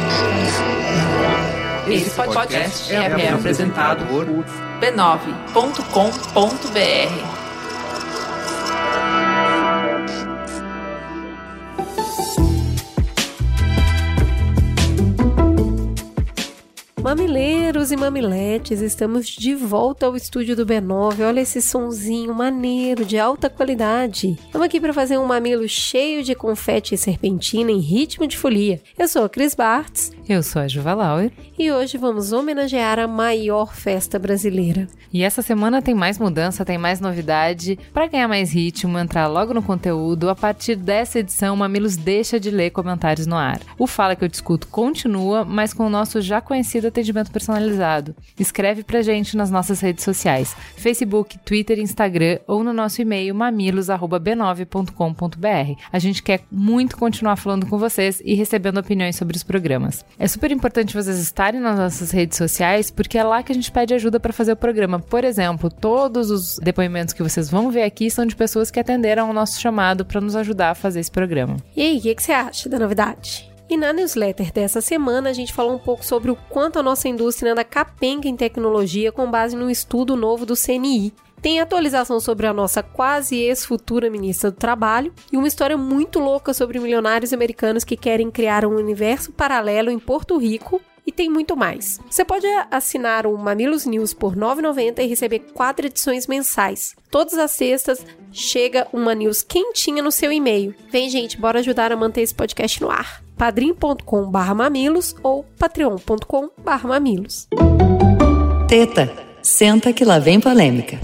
Esse podcast é apresentado por b9.com.br. Mamileiros e mamiletes, estamos de volta ao estúdio do B9. Olha esse sonzinho maneiro, de alta qualidade. Estamos aqui para fazer um mamilo cheio de confete e serpentina em ritmo de folia. Eu sou a Cris Bartz. Eu sou a Juva Lauer. E hoje vamos homenagear a maior festa brasileira. E essa semana tem mais mudança, tem mais novidade. Para ganhar mais ritmo, entrar logo no conteúdo, a partir dessa edição, Mamilos deixa de ler comentários no ar. O Fala Que Eu Discuto continua, mas com o nosso já conhecido atendimento personalizado. Escreve pra gente nas nossas redes sociais, Facebook, Twitter, Instagram ou no nosso e-mail mamilos@b9.com.br. A gente quer muito continuar falando com vocês e recebendo opiniões sobre os programas. É super importante vocês estarem nas nossas redes sociais, porque é lá que a gente pede ajuda para fazer o programa. Por exemplo, todos os depoimentos que vocês vão ver aqui são de pessoas que atenderam ao nosso chamado para nos ajudar a fazer esse programa. E aí, o que você acha da novidade? E na newsletter dessa semana, a gente falou um pouco sobre o quanto a nossa indústria anda capenga em tecnologia com base num estudo novo do CNI. Tem atualização sobre a nossa quase ex-futura ministra do Trabalho e uma história muito louca sobre milionários americanos que querem criar um universo paralelo em Porto Rico. E tem muito mais. Você pode assinar o Mamilos News por R$ 9,90 e receber 4 edições mensais. Todas as sextas chega uma news quentinha no seu e-mail. Vem, gente, bora ajudar a manter esse podcast no ar. padrim.com/mamilos ou patreon.com/mamilos. Teta, senta que lá vem polêmica.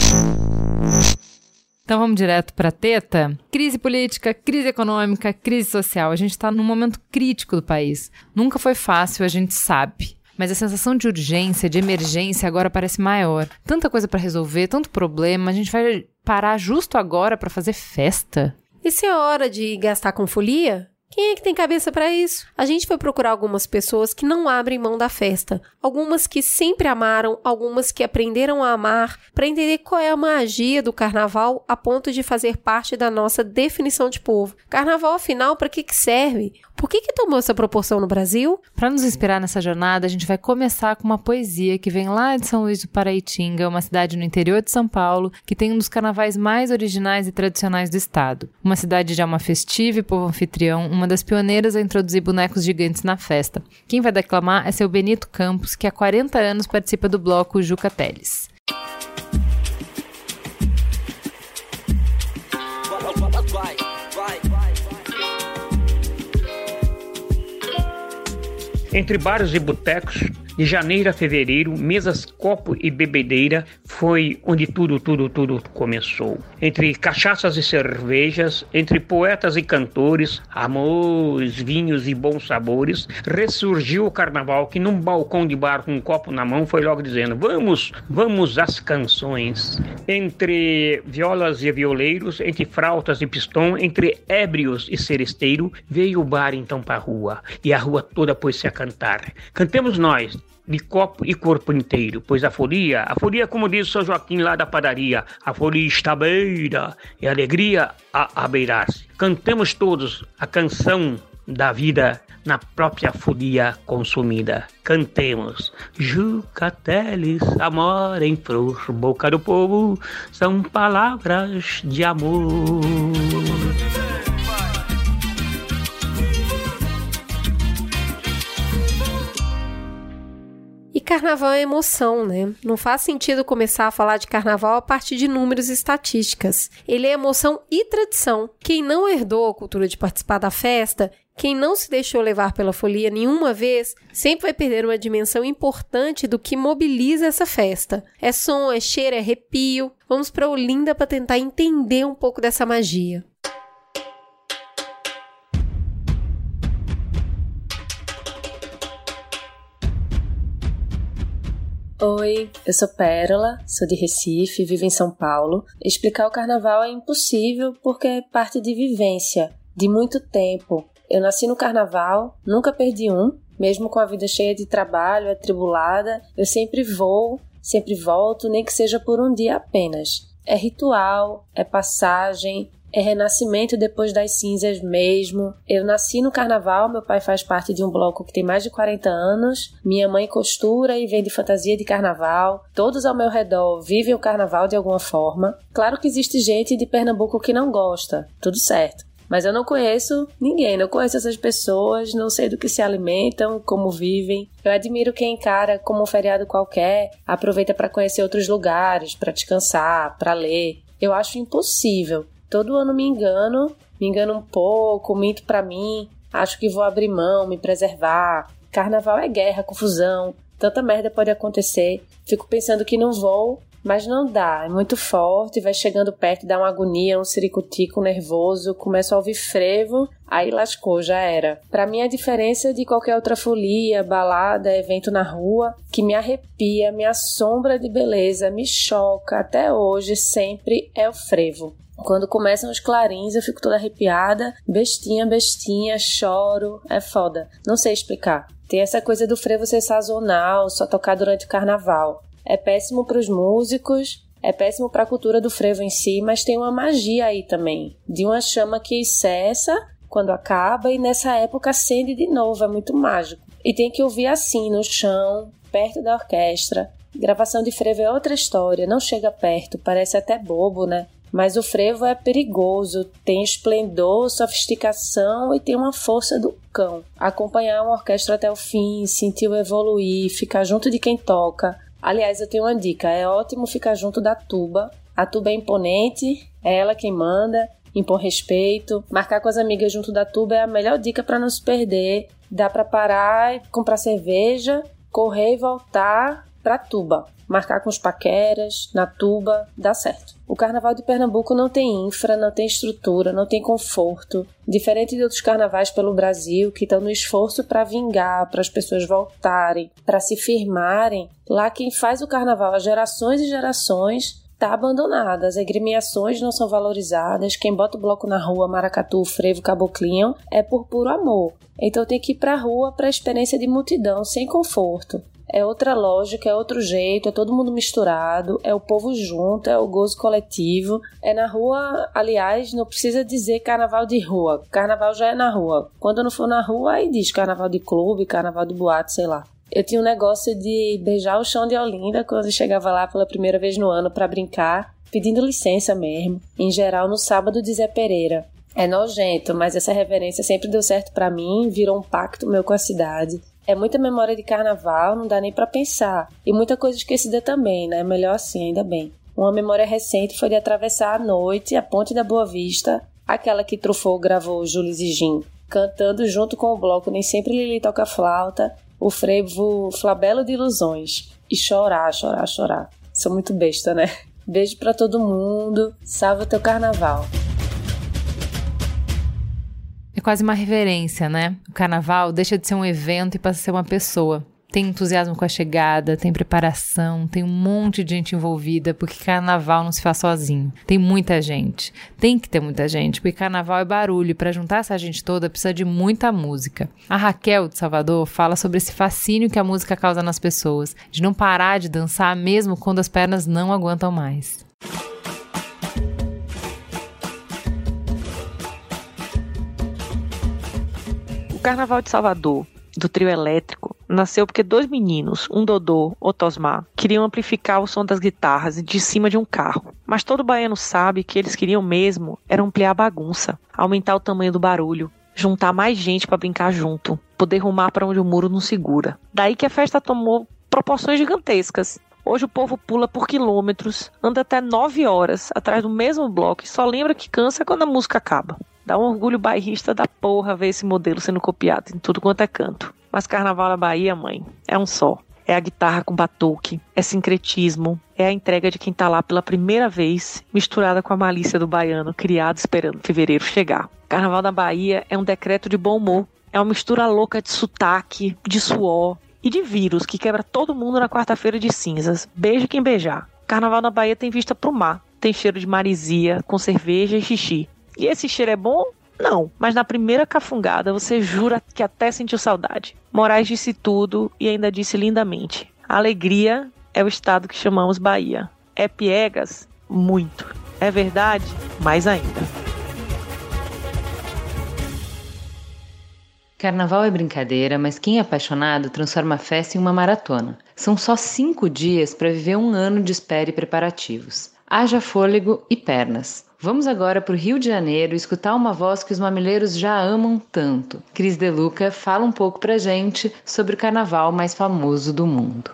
Então vamos direto para a teta. Crise política, crise econômica, crise social. A gente está num momento crítico do país. Nunca foi fácil, a gente sabe. Mas a sensação de urgência, de emergência agora parece maior. Tanta coisa para resolver, tanto problema. A gente vai parar justo agora para fazer festa? E se é hora de gastar com folia? Quem é que tem cabeça para isso? A gente foi procurar algumas pessoas que não abrem mão da festa. Algumas que sempre amaram, algumas que aprenderam a amar, para entender qual é a magia do carnaval a ponto de fazer parte da nossa definição de povo. Carnaval, afinal, para que serve? Por que tomou essa proporção no Brasil? Para nos inspirar nessa jornada, a gente vai começar com uma poesia que vem lá de São Luís do Paraitinga, uma cidade no interior de São Paulo, que tem um dos carnavais mais originais e tradicionais do estado. Uma cidade de alma festiva e povo anfitrião, uma das pioneiras a introduzir bonecos gigantes na festa. Quem vai declamar é seu Benito Campos, que há 40 anos participa do bloco Juca Teles. Entre bares e botecos, de janeiro a fevereiro, mesas, copo e bebedeira foi onde tudo começou. Entre cachaças e cervejas, entre poetas e cantores, amores, vinhos e bons sabores, ressurgiu o carnaval que num balcão de bar com um copo na mão foi logo dizendo: vamos às canções. Entre violas e violeiros, entre flautas e pistão, entre ébrios e seresteiro, veio o bar então pra rua, e a rua toda pôs-se a cantar. Cantemos nós, de copo e corpo inteiro, pois a folia, como diz o São Joaquim lá da padaria, a folia está à beira, e a alegria a beirar-se. Cantemos todos a canção da vida na própria folia consumida. Cantemos. Juca Teles, amor em flor, boca do povo, são palavras de amor. E carnaval é emoção, né? Não faz sentido começar a falar de carnaval a partir de números e estatísticas. Ele é emoção e tradição. Quem não herdou a cultura de participar da festa, quem não se deixou levar pela folia nenhuma vez, sempre vai perder uma dimensão importante do que mobiliza essa festa. É som, é cheiro, é arrepio. Vamos para Olinda para tentar entender um pouco dessa magia. Oi, eu sou Pérola, sou de Recife, vivo em São Paulo. Explicar o carnaval é impossível porque é parte de vivência, de muito tempo. Eu nasci no carnaval, nunca perdi um, mesmo com a vida cheia de trabalho, atribulada, eu sempre vou, sempre volto, nem que seja por um dia apenas. É ritual, é passagem, é renascimento depois das cinzas mesmo. Eu nasci no carnaval, meu pai faz parte de um bloco que tem mais de 40 anos, minha mãe costura e vende fantasia de carnaval, todos ao meu redor vivem o carnaval de alguma forma. Claro que existe gente de Pernambuco que não gosta, tudo certo. Mas eu não conheço ninguém, não conheço essas pessoas, não sei do que se alimentam, como vivem. Eu admiro quem encara como um feriado qualquer, aproveita para conhecer outros lugares, para descansar, para ler. Eu acho impossível. Todo ano me engano um pouco, minto pra mim, acho que vou abrir mão, me preservar. Carnaval é guerra, confusão, tanta merda pode acontecer. Fico pensando que não vou, mas não dá, é muito forte, vai chegando perto, dá uma agonia, um ciricutico nervoso, começo a ouvir frevo, aí lascou, já era. Pra mim a diferença de qualquer outra folia, balada, evento na rua, que me arrepia, me assombra de beleza, me choca até hoje, sempre é o frevo. Quando começam os clarins eu fico toda arrepiada, bestinha, choro, é foda. Não sei explicar. Tem essa coisa do frevo ser sazonal, só tocar durante o carnaval. É péssimo pros músicos, é péssimo pra cultura do frevo em si, mas tem uma magia aí também. De uma chama que cessa quando acaba e nessa época acende de novo, é muito mágico. E tem que ouvir assim, no chão, perto da orquestra. Gravação de frevo é outra história, não chega perto, parece até bobo, né? Mas o frevo é perigoso, tem esplendor, sofisticação e tem uma força do cão. Acompanhar uma orquestra até o fim, sentir o evoluir, ficar junto de quem toca. Aliás, eu tenho uma dica, é ótimo ficar junto da tuba. A tuba é imponente, é ela quem manda, impõe respeito. Marcar com as amigas junto da tuba é a melhor dica para não se perder. Dá para parar e comprar cerveja, correr e voltar pra tuba. Marcar com os paqueras, na tuba, dá certo. O carnaval de Pernambuco não tem infra, não tem estrutura, não tem conforto. Diferente de outros carnavais pelo Brasil, que estão no esforço para vingar, para as pessoas voltarem, para se firmarem, lá quem faz o carnaval há gerações e gerações está abandonado. As agremiações não são valorizadas, quem bota o bloco na rua, maracatu, frevo, caboclinho, é por puro amor. Então tem que ir pra rua para a experiência de multidão, sem conforto. É outra lógica, é outro jeito, é todo mundo misturado, é o povo junto, é o gozo coletivo. É na rua, aliás, não precisa dizer carnaval de rua, carnaval já é na rua. Quando não for na rua, aí diz carnaval de clube, carnaval de boate, sei lá. Eu tinha um negócio de beijar o chão de Olinda quando eu chegava lá pela primeira vez no ano pra brincar, pedindo licença mesmo, em geral no sábado de Zé Pereira. É nojento, mas essa reverência sempre deu certo pra mim, virou um pacto meu com a cidade. É muita memória de carnaval, não dá nem pra pensar. E muita coisa esquecida também, né? Melhor assim, ainda bem. Uma memória recente foi de atravessar à noite a Ponte da Boa Vista, aquela que Truffaut gravou Jules e Jim, cantando junto com o bloco Nem Sempre Lili Toca Flauta, o frevo Flabelo de Ilusões. E chorar. Sou muito besta, né? Beijo pra todo mundo. Salve o teu carnaval. É quase uma reverência, né? O carnaval deixa de ser um evento e passa a ser uma pessoa. Tem entusiasmo com a chegada, tem preparação, tem um monte de gente envolvida, porque carnaval não se faz sozinho. Tem muita gente. Tem que ter muita gente, porque carnaval é barulho. E para juntar essa gente toda, precisa de muita música. A Raquel, de Salvador, fala sobre esse fascínio que a música causa nas pessoas, de não parar de dançar mesmo quando as pernas não aguentam mais. O Carnaval de Salvador, do trio elétrico, nasceu porque dois meninos, um Dodô, Otosmar, queriam amplificar o som das guitarras de cima de um carro. Mas todo baiano sabe que eles queriam mesmo era ampliar a bagunça, aumentar o tamanho do barulho, juntar mais gente para brincar junto, poder rumar para onde o muro não segura. Daí que a festa tomou proporções gigantescas. Hoje o povo pula por quilômetros, anda até 9 horas atrás do mesmo bloco e só lembra que cansa quando a música acaba. Dá um orgulho bairrista da porra ver esse modelo sendo copiado em tudo quanto é canto. Mas carnaval na Bahia, mãe, é um só. É a guitarra com batuque, é sincretismo, é a entrega de quem tá lá pela primeira vez, misturada com a malícia do baiano, criado esperando fevereiro chegar. Carnaval na Bahia é um decreto de bom humor, é uma mistura louca de sotaque, de suor e de vírus que quebra todo mundo na quarta-feira de cinzas. Beija quem beijar. Carnaval na Bahia tem vista pro mar, tem cheiro de maresia, com cerveja e xixi. E esse cheiro é bom? Não, mas na primeira cafungada você jura que até sentiu saudade. Moraes disse tudo e ainda disse lindamente: a alegria é o estado que chamamos Bahia. É piegas? Muito. É verdade? Mais ainda. Carnaval é brincadeira, mas quem é apaixonado transforma a festa em uma maratona. São só 5 dias para viver um ano de espera e preparativos. Haja fôlego e pernas. Vamos agora para o Rio de Janeiro escutar uma voz que os mamileiros já amam tanto. Cris De Luca fala um pouco pra gente sobre o carnaval mais famoso do mundo.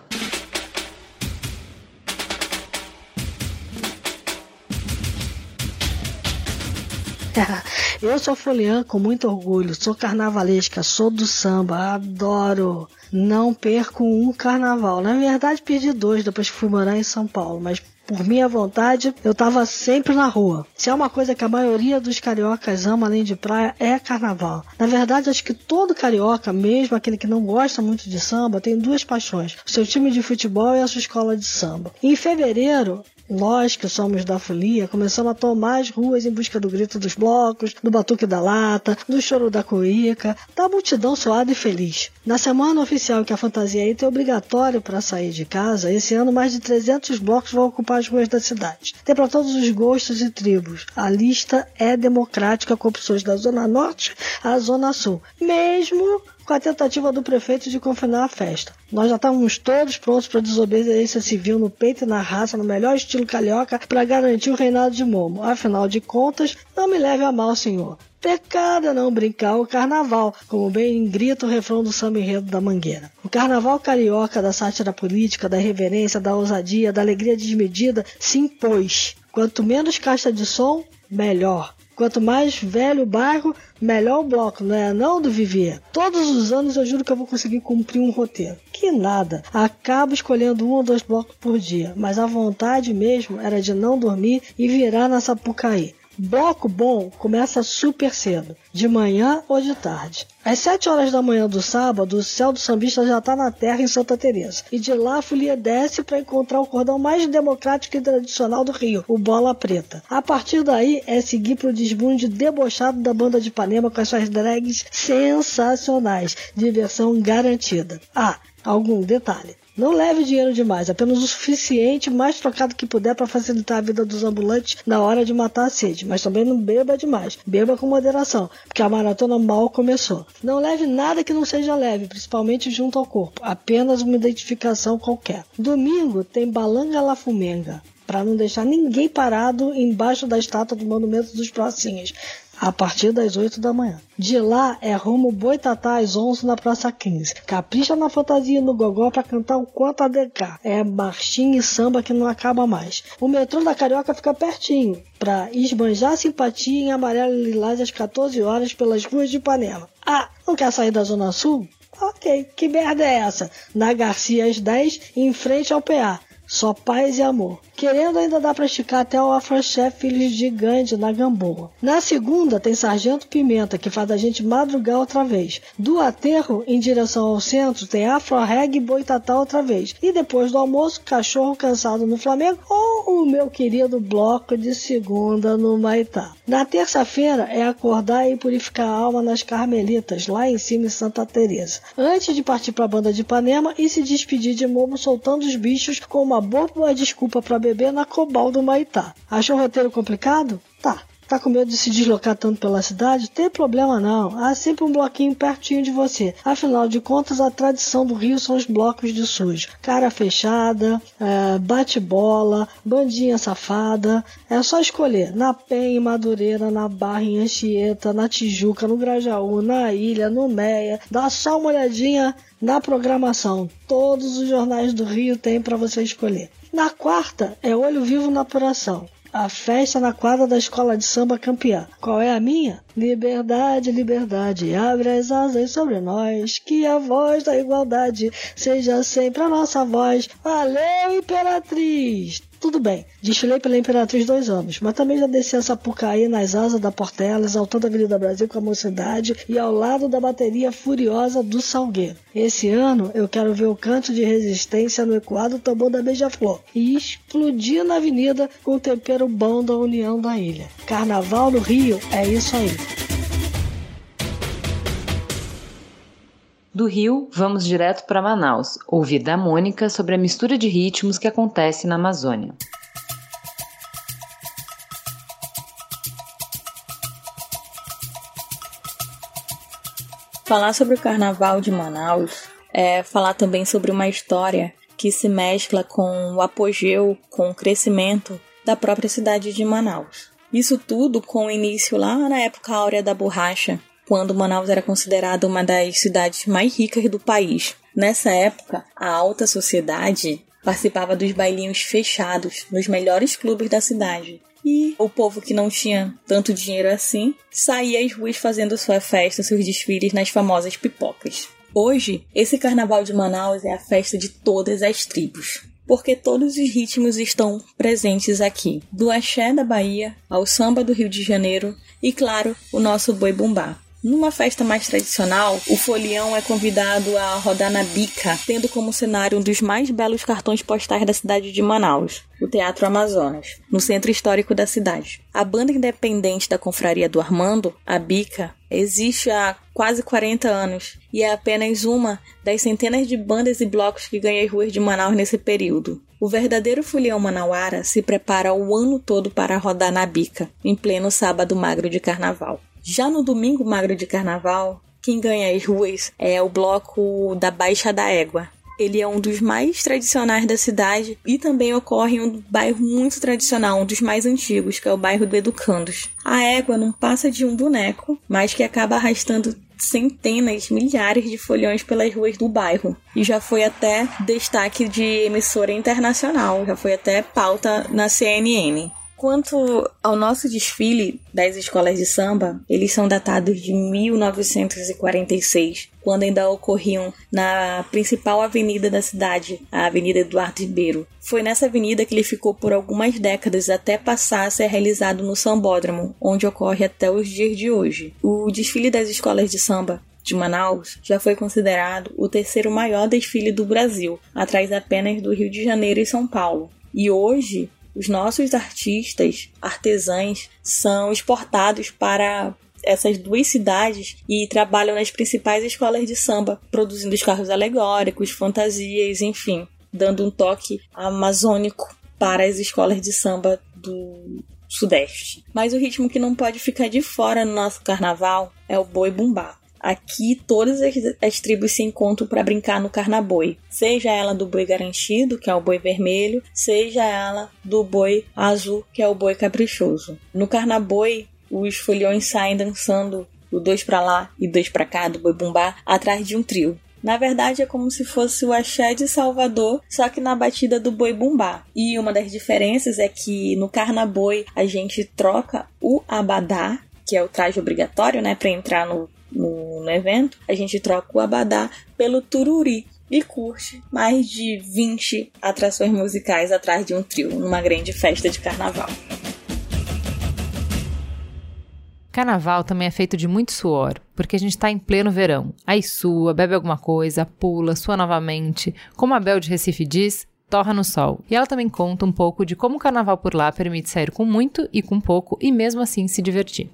Eu sou foliã com muito orgulho, sou carnavalesca, sou do samba, adoro. Não perco um carnaval. Na verdade, perdi 2 depois que fui morar em São Paulo, mas por minha vontade, eu tava sempre na rua. Se é uma coisa que a maioria dos cariocas ama além de praia, é carnaval. Na verdade, acho que todo carioca, mesmo aquele que não gosta muito de samba, tem 2 paixões: o seu time de futebol e a sua escola de samba. Em fevereiro, nós que somos da folia começamos a tomar as ruas em busca do grito dos blocos, do batuque da lata, do choro da cuíca, da multidão suada e feliz. Na semana oficial que a fantasia entra é obrigatório para sair de casa, esse ano mais de 300 blocos vão ocupar as ruas da cidade. Tem para todos os gostos e tribos. A lista é democrática com opções da Zona Norte à Zona Sul, mesmo com a tentativa do prefeito de confinar a festa. Nós já estávamos todos prontos para desobediência civil no peito e na raça, no melhor estilo carioca, para garantir o reinado de Momo. Afinal de contas, não me leve a mal, senhor. Pecado é não brincar o carnaval, como bem grita o refrão do samba enredo da Mangueira. O carnaval carioca da sátira política, da irreverência, da ousadia, da alegria desmedida se impôs. Quanto menos caixa de som, melhor. Quanto mais velho o bairro, melhor o bloco, não é não, do Vivier? Todos os anos eu juro que eu vou conseguir cumprir um roteiro. Que nada, acabo escolhendo 1 ou 2 blocos por dia, mas a vontade mesmo era de não dormir e virar na Sapucaí. Bloco bom começa super cedo, de manhã ou de tarde. Às 7 horas da manhã do sábado, o céu do sambista já está na terra em Santa Teresa. E de lá a folia desce para encontrar o cordão mais democrático e tradicional do Rio, o Bola Preta. A partir daí é seguir para o desbunde debochado da banda de Ipanema com as suas drags sensacionais. Diversão garantida. Algum detalhe. Não leve dinheiro demais, apenas o suficiente, mais trocado que puder para facilitar a vida dos ambulantes na hora de matar a sede. Mas também não beba demais, beba com moderação, porque a maratona mal começou. Não leve nada que não seja leve, principalmente junto ao corpo, apenas uma identificação qualquer. Domingo tem Balanga La Fumenga, para não deixar ninguém parado embaixo da estátua do Monumento dos Pracinhas, a partir das 8 da manhã. De lá é rumo Boitatá às 11 na Praça 15. Capricha na fantasia e no gogó para cantar o quanto a DK. É marchinha e samba que não acaba mais. O metrô da Carioca fica pertinho, para esbanjar simpatia em amarelo e lilás às 14 horas pelas ruas de Ipanema. Não quer sair da Zona Sul? Ok, que merda é essa? Na Garcia às 10, em frente ao PA. Só paz e amor. Querendo ainda dá pra esticar até o Afrochef Filhos de Gandhi na Gamboa. Na segunda tem Sargento Pimenta, que faz a gente madrugar outra vez. Do aterro, em direção ao centro, tem Afro-Reg e Boitatá outra vez. E depois do almoço, Cachorro Cansado no Flamengo ou o meu querido bloco de segunda no Maitá. Na terça-feira é acordar e purificar a alma nas Carmelitas, lá em cima em Santa Teresa. Antes de partir pra banda de Ipanema e se despedir de Momo soltando os bichos com uma boa desculpa pra beber na Cobal do Maitá. Achou o roteiro complicado? Tá com medo de se deslocar tanto pela cidade? Tem problema não. Há sempre um bloquinho pertinho de você. Afinal de contas, a tradição do Rio são os blocos de sujo. Cara fechada, bate-bola, bandinha safada. É só escolher. Na Penha, em Madureira, na Barra, em Anchieta, na Tijuca, no Grajaú, na Ilha, no Meia. Dá só uma olhadinha na programação. Todos os jornais do Rio tem para você escolher. Na quarta, é Olho Vivo na Apuração. A festa na quadra da Escola de Samba Campeã. Qual é a minha? Liberdade, liberdade, abre as asas sobre nós, que a voz da igualdade seja sempre a nossa voz. Valeu, Imperatriz! Tudo bem, desfilei pela Imperatriz 2 anos, mas também já desci a Sapucaí nas asas da Portela, exaltando a Avenida Brasil com a mocidade e ao lado da bateria furiosa do Salgueiro. Esse ano eu quero ver o canto de resistência no ecoado tambor da Beija-Flor e explodir na avenida com o tempero bom da União da Ilha. Carnaval no Rio é isso aí. Do Rio, vamos direto para Manaus, ouvir da Mônica sobre a mistura de ritmos que acontece na Amazônia. Falar sobre o Carnaval de Manaus é falar também sobre uma história que se mescla com o apogeu, com o crescimento da própria cidade de Manaus. Isso tudo com início lá na época áurea da borracha, quando Manaus era considerada uma das cidades mais ricas do país. Nessa época, a alta sociedade participava dos bailinhos fechados nos melhores clubes da cidade. E o povo que não tinha tanto dinheiro assim saía às ruas fazendo sua festa, seus desfiles nas famosas pipocas. Hoje, esse Carnaval de Manaus é a festa de todas as tribos, porque todos os ritmos estão presentes aqui, do axé da Bahia ao samba do Rio de Janeiro e, claro, o nosso boi bumbá. Numa festa mais tradicional, o folião é convidado a rodar na bica, tendo como cenário um dos mais belos cartões postais da cidade de Manaus, o Teatro Amazonas, no centro histórico da cidade. A banda independente da Confraria do Armando, a Bica, existe há quase 40 anos e é apenas uma das centenas de bandas e blocos que ganham as ruas de Manaus nesse período. O verdadeiro folião manauara se prepara o ano todo para rodar na bica, em pleno sábado magro de carnaval. Já no domingo magro de carnaval, quem ganha as ruas é o bloco da Baixa da Égua. Ele é um dos mais tradicionais da cidade e também ocorre em um bairro muito tradicional, um dos mais antigos, que é o bairro do Educandos. A égua não passa de um boneco, mas que acaba arrastando centenas, milhares de foliões pelas ruas do bairro. E já foi até destaque de emissora internacional, já foi até pauta na CNN. Quanto ao nosso desfile das escolas de samba, eles são datados de 1946, quando ainda ocorriam na principal avenida da cidade, a Avenida Eduardo Ribeiro. Foi nessa avenida que ele ficou por algumas décadas até passar a ser realizado no Sambódromo, onde ocorre até os dias de hoje. O desfile das escolas de samba de Manaus já foi considerado o terceiro maior desfile do Brasil, atrás apenas do Rio de Janeiro e São Paulo. E hoje, os nossos artistas, artesãos, são exportados para essas duas cidades e trabalham nas principais escolas de samba, produzindo os carros alegóricos, fantasias, enfim, dando um toque amazônico para as escolas de samba do Sudeste. Mas o ritmo que não pode ficar de fora no nosso carnaval é o boi bumbá. Aqui todas as tribos se encontram para brincar no carnaboi, seja ela do boi garantido, que é o boi vermelho, seja ela do boi azul, que é o boi caprichoso. No carnaboi, os foliões saem dançando o 2 para lá e 2 para cá do boi bumbá atrás de um trio. Na verdade é como se fosse o axé de Salvador, só que na batida do boi bumbá. E uma das diferenças é que no carnaboi a gente troca o abadá, que é o traje obrigatório, né, para entrar no evento, a gente troca o abadá pelo tururi e curte mais de 20 atrações musicais atrás de um trio, numa grande festa de carnaval. Carnaval também é feito de muito suor, porque a gente está em pleno verão. Aí sua, bebe alguma coisa, pula, sua novamente. Como a Bel de Recife diz, torra no sol. E ela também conta um pouco de como o carnaval por lá permite sair com muito e com pouco e mesmo assim se divertir.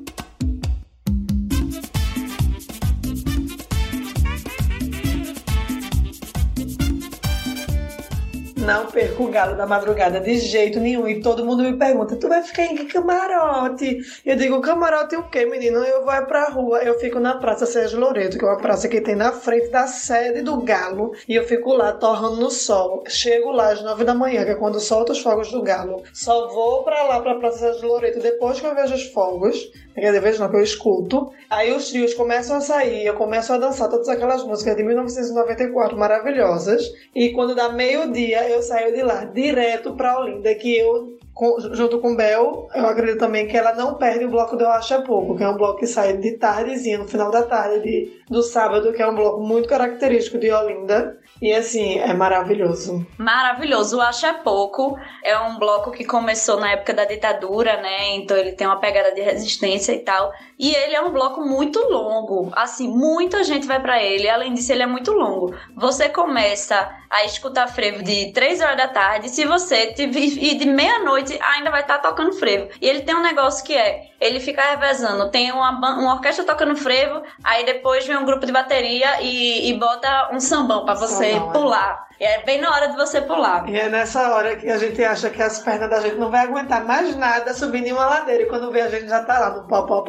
Não perco o galo da madrugada de jeito nenhum. E todo mundo me pergunta, tu vai ficar em que camarote? Eu digo, camarote o quê, menino? Eu vou pra rua, eu fico na Praça Sérgio Loreto, que é uma praça que tem na frente da sede do Galo. E eu fico lá, torrando no sol. Chego lá às 9 da manhã, que é quando solta os fogos do Galo. Só vou pra lá, pra Praça Sérgio Loreto, depois que eu vejo os fogos. Quer dizer, vejo não, que eu escuto. Aí os trios começam a sair, eu começo a dançar todas aquelas músicas de 1994 maravilhosas. E quando dá meio-dia, eu saio de lá, direto pra Olinda, que eu, junto com Bel, eu acredito também que ela não perde o bloco do Eu Acho É Pouco, que é um bloco que sai de tardezinha, no final da tarde do sábado, que é um bloco muito característico de Olinda. E assim, é maravilhoso. Maravilhoso. O Acho É Pouco é um bloco que começou na época da ditadura, né? Então ele tem uma pegada de resistência e tal. E ele é um bloco muito longo. Assim, muita gente vai pra ele. Além disso, ele é muito longo. Você começa a escutar frevo de 3 horas da tarde. Se você ir de meia-noite noite ainda vai estar tocando frevo. E ele tem um negócio que ele fica revezando. Tem uma orquestra tocando frevo, aí depois vem um grupo de bateria e bota um sambão pra você pular. E é bem na hora de você pular. E é nessa hora que a gente acha que as pernas da gente não vai aguentar mais nada subindo em uma ladeira. E quando vê, a gente já tá lá no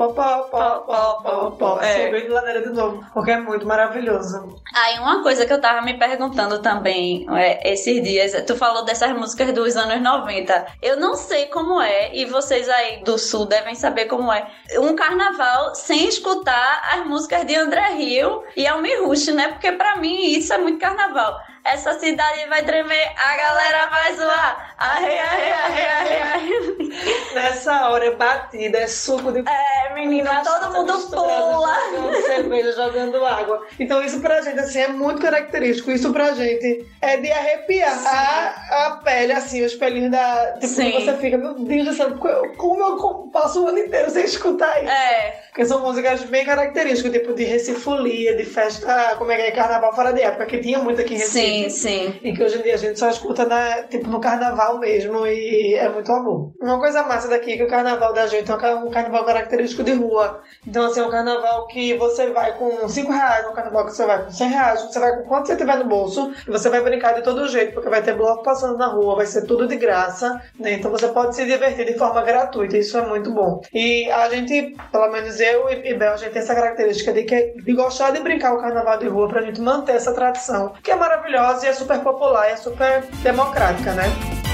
pó, subindo ladeira de novo. Porque é muito maravilhoso. Aí uma coisa que eu tava me perguntando também esses dias, tu falou dessas músicas dos anos 90. Eu não sei como é, e vocês aí do Sul devem saber como é, um carnaval sem escutar as músicas de André Rio e Almi Rush, né? Porque pra mim isso é muito carnaval. Essa cidade vai tremer, a galera vai zoar. Arre, arre, arre, arre, arre. Nessa hora é batida, é suco de... menina, todo mundo pula. Jogando cerveja, jogando água. Então isso pra gente, assim, é muito característico. Isso pra gente é de arrepiar a pele, assim, os pelinhos da... Tipo, você fica, meu Deus do céu, como eu passo o ano inteiro sem escutar isso? Porque são músicas bem características, tipo de Recifolia, de festa, como é que é, carnaval fora de época, que tinha muito aqui em Recife. Sim. E que hoje em dia a gente só escuta tipo, no carnaval mesmo, e é muito amor. Uma coisa massa daqui é que o carnaval da gente é um carnaval característico de rua. Então, assim, é um carnaval que você vai com R$5, um carnaval que você vai com R$100, você vai com quanto você tiver no bolso, e você vai brincar de todo jeito, porque vai ter bloco passando na rua, vai ser tudo de graça, né? Então você pode se divertir de forma gratuita, isso é muito bom. E a gente, pelo menos eu e Bel, a gente tem essa característica de gostar de brincar o carnaval de rua, pra gente manter essa tradição, que é maravilhosa e é super popular, é super democrática, né?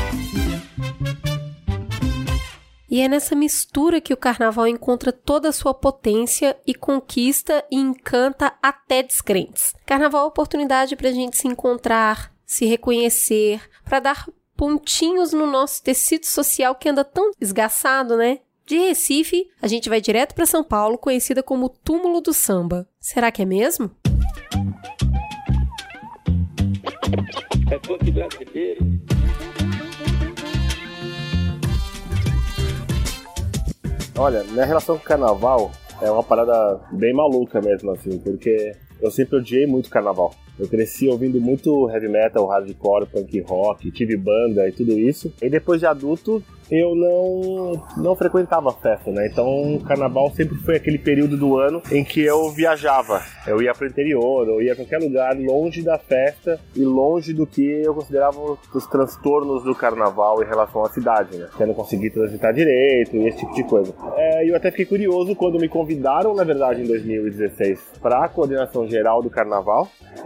E é nessa mistura que o carnaval encontra toda a sua potência e conquista e encanta até descrentes. Carnaval é oportunidade pra gente se encontrar, se reconhecer, pra dar pontinhos no nosso tecido social que anda tão esgaçado, né? De Recife, a gente vai direto pra São Paulo, conhecida como Túmulo do Samba. Será que é mesmo? Olha, minha relação com o carnaval é uma parada bem maluca mesmo, assim, porque eu sempre odiei muito carnaval. Eu cresci ouvindo muito heavy metal, hardcore, punk rock, tive banda e tudo isso. E depois de adulto, eu não frequentava festa, né? Então o carnaval sempre foi aquele período do ano em que eu viajava. Eu ia pro interior, eu ia a qualquer lugar longe da festa e longe do que eu considerava os transtornos do carnaval em relação à cidade, né? Eu não consegui transitar direito e esse tipo de coisa. Eu até fiquei curioso quando me convidaram, na verdade, em 2016, para a coordenação geral do carnaval.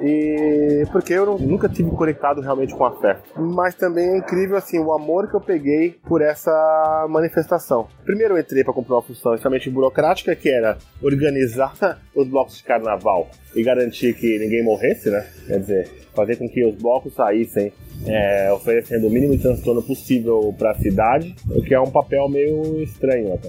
E porque eu nunca tive conectado realmente com a festa. Mas também é incrível assim, o amor que eu peguei por essa manifestação. Primeiro eu entrei para cumprir uma função extremamente burocrática, que era organizar os blocos de carnaval e garantir que ninguém morresse, né? Quer dizer, fazer com que os blocos saíssem oferecendo o mínimo de transtorno possível para a cidade, o que é um papel meio estranho até.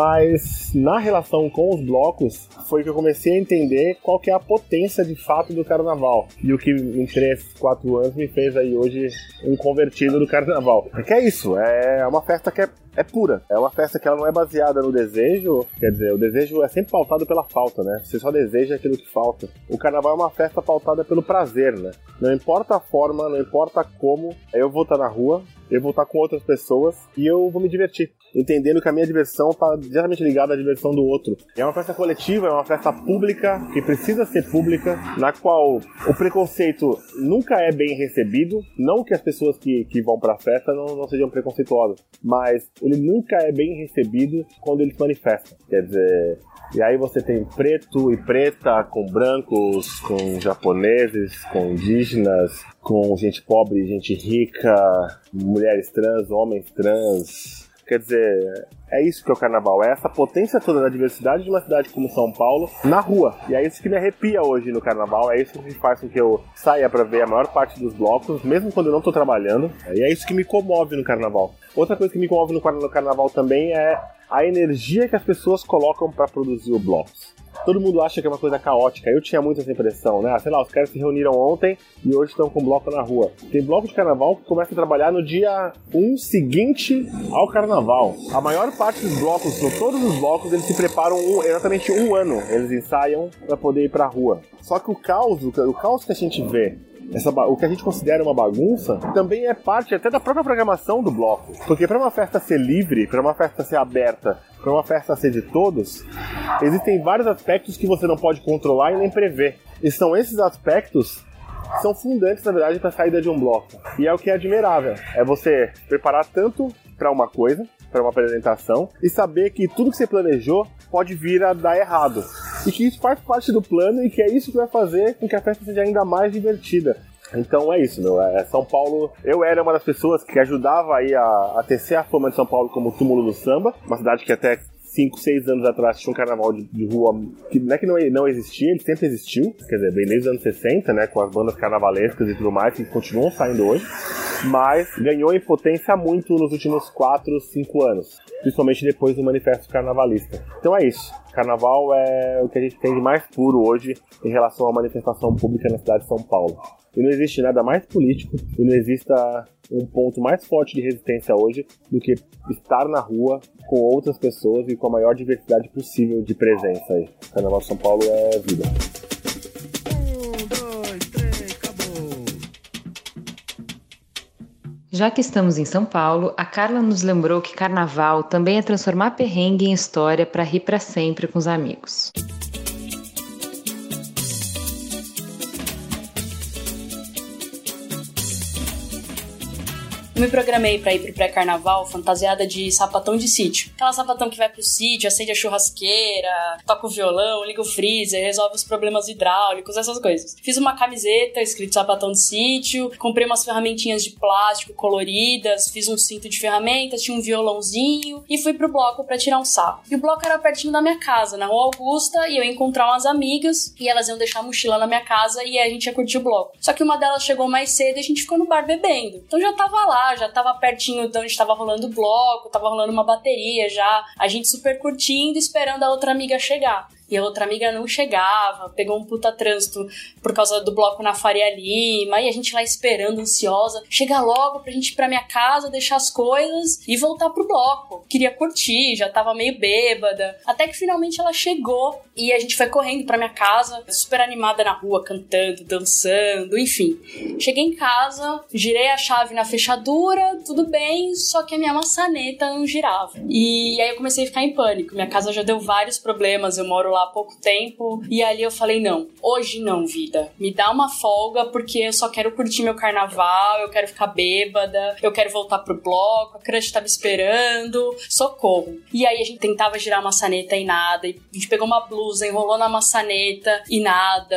Mas na relação com os blocos foi que eu comecei a entender qual que é a potência de fato do carnaval, e o que em 3, 4 anos me fez aí hoje um convertido do carnaval. Porque é isso, é uma festa que é pura, é uma festa que ela não é baseada no desejo, quer dizer, o desejo é sempre pautado pela falta, né? Você só deseja aquilo que falta. O carnaval é uma festa pautada pelo prazer, né? Não importa a forma, não importa como, eu vou estar na rua, eu vou estar com outras pessoas e eu vou me divertir, entendendo que a minha diversão está diretamente ligada à diversão do outro. É uma festa coletiva, é uma festa pública, que precisa ser pública, na qual o preconceito nunca é bem recebido, não que as pessoas que vão pra festa não sejam preconceituosas, mas ele nunca é bem recebido quando ele se manifesta. Quer dizer, e aí você tem preto e preta, com brancos, com japoneses, com indígenas, com gente pobre, gente rica, mulheres trans, homens trans. Quer dizer, é isso que é o carnaval, é essa potência toda da diversidade de uma cidade como São Paulo na rua. E é isso que me arrepia hoje no carnaval, é isso que faz com que eu saia pra ver a maior parte dos blocos, mesmo quando eu não tô trabalhando. E é isso que me comove no carnaval. Outra coisa que me comove no carnaval também é a energia que as pessoas colocam pra produzir os blocos. Todo mundo acha que é uma coisa caótica. Eu tinha muito essa impressão, né? Sei lá, os caras se reuniram ontem e hoje estão com bloco na rua. Tem bloco de carnaval que começa a trabalhar no dia 1 seguinte ao carnaval. A maior parte dos blocos, todos os blocos, eles se preparam exatamente um ano. Eles ensaiam para poder ir pra rua. Só que o caos que a gente vê o que a gente considera uma bagunça também é parte até da própria programação do bloco. Porque para uma festa ser livre, para uma festa ser aberta, para uma festa ser de todos, existem vários aspectos que você não pode controlar e nem prever. E são esses aspectos que são fundantes, na verdade, para a saída de um bloco. E é o que é admirável. É você preparar tanto para uma coisa, para uma apresentação, e saber que tudo que você planejou pode vir a dar errado. E que isso faz parte do plano e que é isso que vai fazer com que a festa seja ainda mais divertida. Então é isso, São Paulo, eu era uma das pessoas que ajudava aí a tecer a fama de São Paulo como túmulo do samba, uma cidade que até 5, 6 anos atrás tinha um carnaval de rua que não é que não existia, ele sempre existiu, quer dizer, bem desde os anos 60, né, com as bandas carnavalescas e tudo mais, que continuam saindo hoje, mas ganhou em potência muito nos últimos 4, 5 anos, principalmente depois do Manifesto Carnavalista. Então é isso, carnaval é o que a gente tem de mais puro hoje em relação à manifestação pública na cidade de São Paulo. E não existe nada mais político e não exista um ponto mais forte de resistência hoje do que estar na rua com outras pessoas e com a maior diversidade possível de presença aí. O Carnaval de São Paulo é vida. 1, 2, 3, acabou! Já que estamos em São Paulo, a Carla nos lembrou que carnaval também é transformar perrengue em história para rir para sempre com os amigos. Me programei pra ir pro pré-carnaval fantasiada de sapatão de sítio. Aquela sapatão que vai pro sítio, acende a churrasqueira, toca o violão, liga o freezer, resolve os problemas hidráulicos, essas coisas. Fiz uma camiseta escrito sapatão de sítio, comprei umas ferramentinhas de plástico coloridas, fiz um cinto de ferramentas, tinha um violãozinho e fui pro bloco pra tirar um sarro. E o bloco era pertinho da minha casa, na Rua Augusta, e eu ia encontrar umas amigas e elas iam deixar a mochila na minha casa e aí a gente ia curtir o bloco. Só que uma delas chegou mais cedo e a gente ficou no bar bebendo. Então já tava lá, já tava pertinho de onde tava rolando o bloco, tava rolando uma bateria já, a gente super curtindo, esperando a outra amiga chegar. E a outra amiga não chegava, pegou um puta trânsito por causa do bloco na Faria Lima, e a gente lá esperando, ansiosa, chega logo pra gente ir pra minha casa, deixar as coisas e voltar pro bloco. Queria curtir, já tava meio bêbada, até que finalmente ela chegou e a gente foi correndo pra minha casa, super animada na rua, cantando, dançando, enfim. Cheguei em casa, girei a chave na fechadura, tudo bem, só que a minha maçaneta não girava. E aí eu comecei a ficar em pânico, minha casa já deu vários problemas, eu moro lá há pouco tempo, e ali eu falei, não, hoje não, vida, me dá uma folga, porque eu só quero curtir meu carnaval, eu quero ficar bêbada, eu quero voltar pro bloco, a crush tá me esperando, socorro. E aí a gente tentava girar a maçaneta e nada, e a gente pegou uma blusa, enrolou na maçaneta e nada,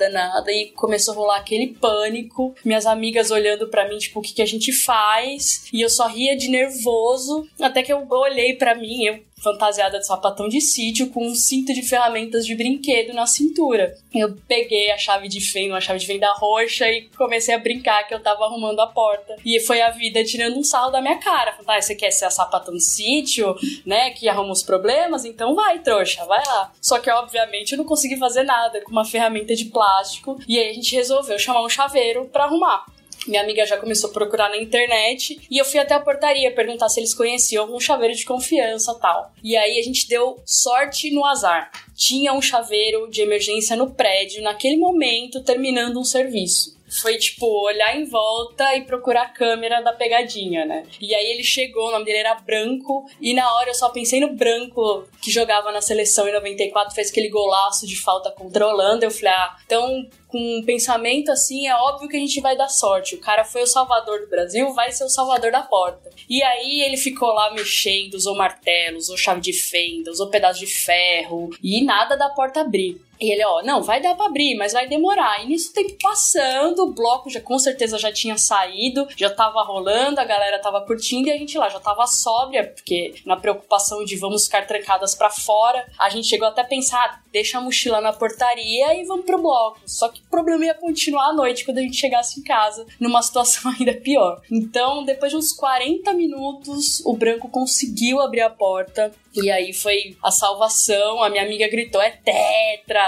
e começou a rolar aquele pânico, minhas amigas olhando pra mim, tipo, o que a gente faz? E eu só ria de nervoso, até que eu olhei pra mim, eu fantasiada de sapatão de sítio com um cinto de ferramentas de brinquedo na cintura. Eu peguei a chave de fenda, uma chave de fenda roxa e comecei a brincar que eu tava arrumando a porta. E foi a vida tirando um sarro da minha cara. Falei, você quer ser a sapatão de sítio, né, que arruma os problemas? Então vai, trouxa, vai lá. Só que, obviamente, eu não consegui fazer nada com uma ferramenta de plástico. E aí a gente resolveu chamar um chaveiro pra arrumar. Minha amiga já começou a procurar na internet e eu fui até a portaria perguntar se eles conheciam algum chaveiro de confiança e tal. E aí a gente deu sorte no azar. Tinha um chaveiro de emergência no prédio, naquele momento, terminando um serviço. Foi, tipo, olhar em volta e procurar a câmera da pegadinha, né? E aí ele chegou, o nome dele era Branco, e na hora eu só pensei no Branco, que jogava na seleção em 94, fez aquele golaço de falta contra a Holanda. Eu falei, então, com um pensamento assim, é óbvio que a gente vai dar sorte. O cara foi o salvador do Brasil, vai ser o salvador da porta. E aí ele ficou lá mexendo, usou martelo, usou chave de fenda, usou pedaço de ferro, e nada da porta abrir. E ele, não, vai dar pra abrir, mas vai demorar. E nisso o tempo passando, o bloco com certeza já tinha saído, já tava rolando, a galera tava curtindo e a gente lá já tava sóbria, porque na preocupação de vamos ficar trancadas pra fora, a gente chegou até a pensar, deixa a mochila na portaria e vamos pro bloco. Só que o problema ia continuar à noite quando a gente chegasse em casa, numa situação ainda pior. Então, depois de uns 40 minutos, o Branco conseguiu abrir a porta. E aí foi a salvação, a minha amiga gritou, é tetra,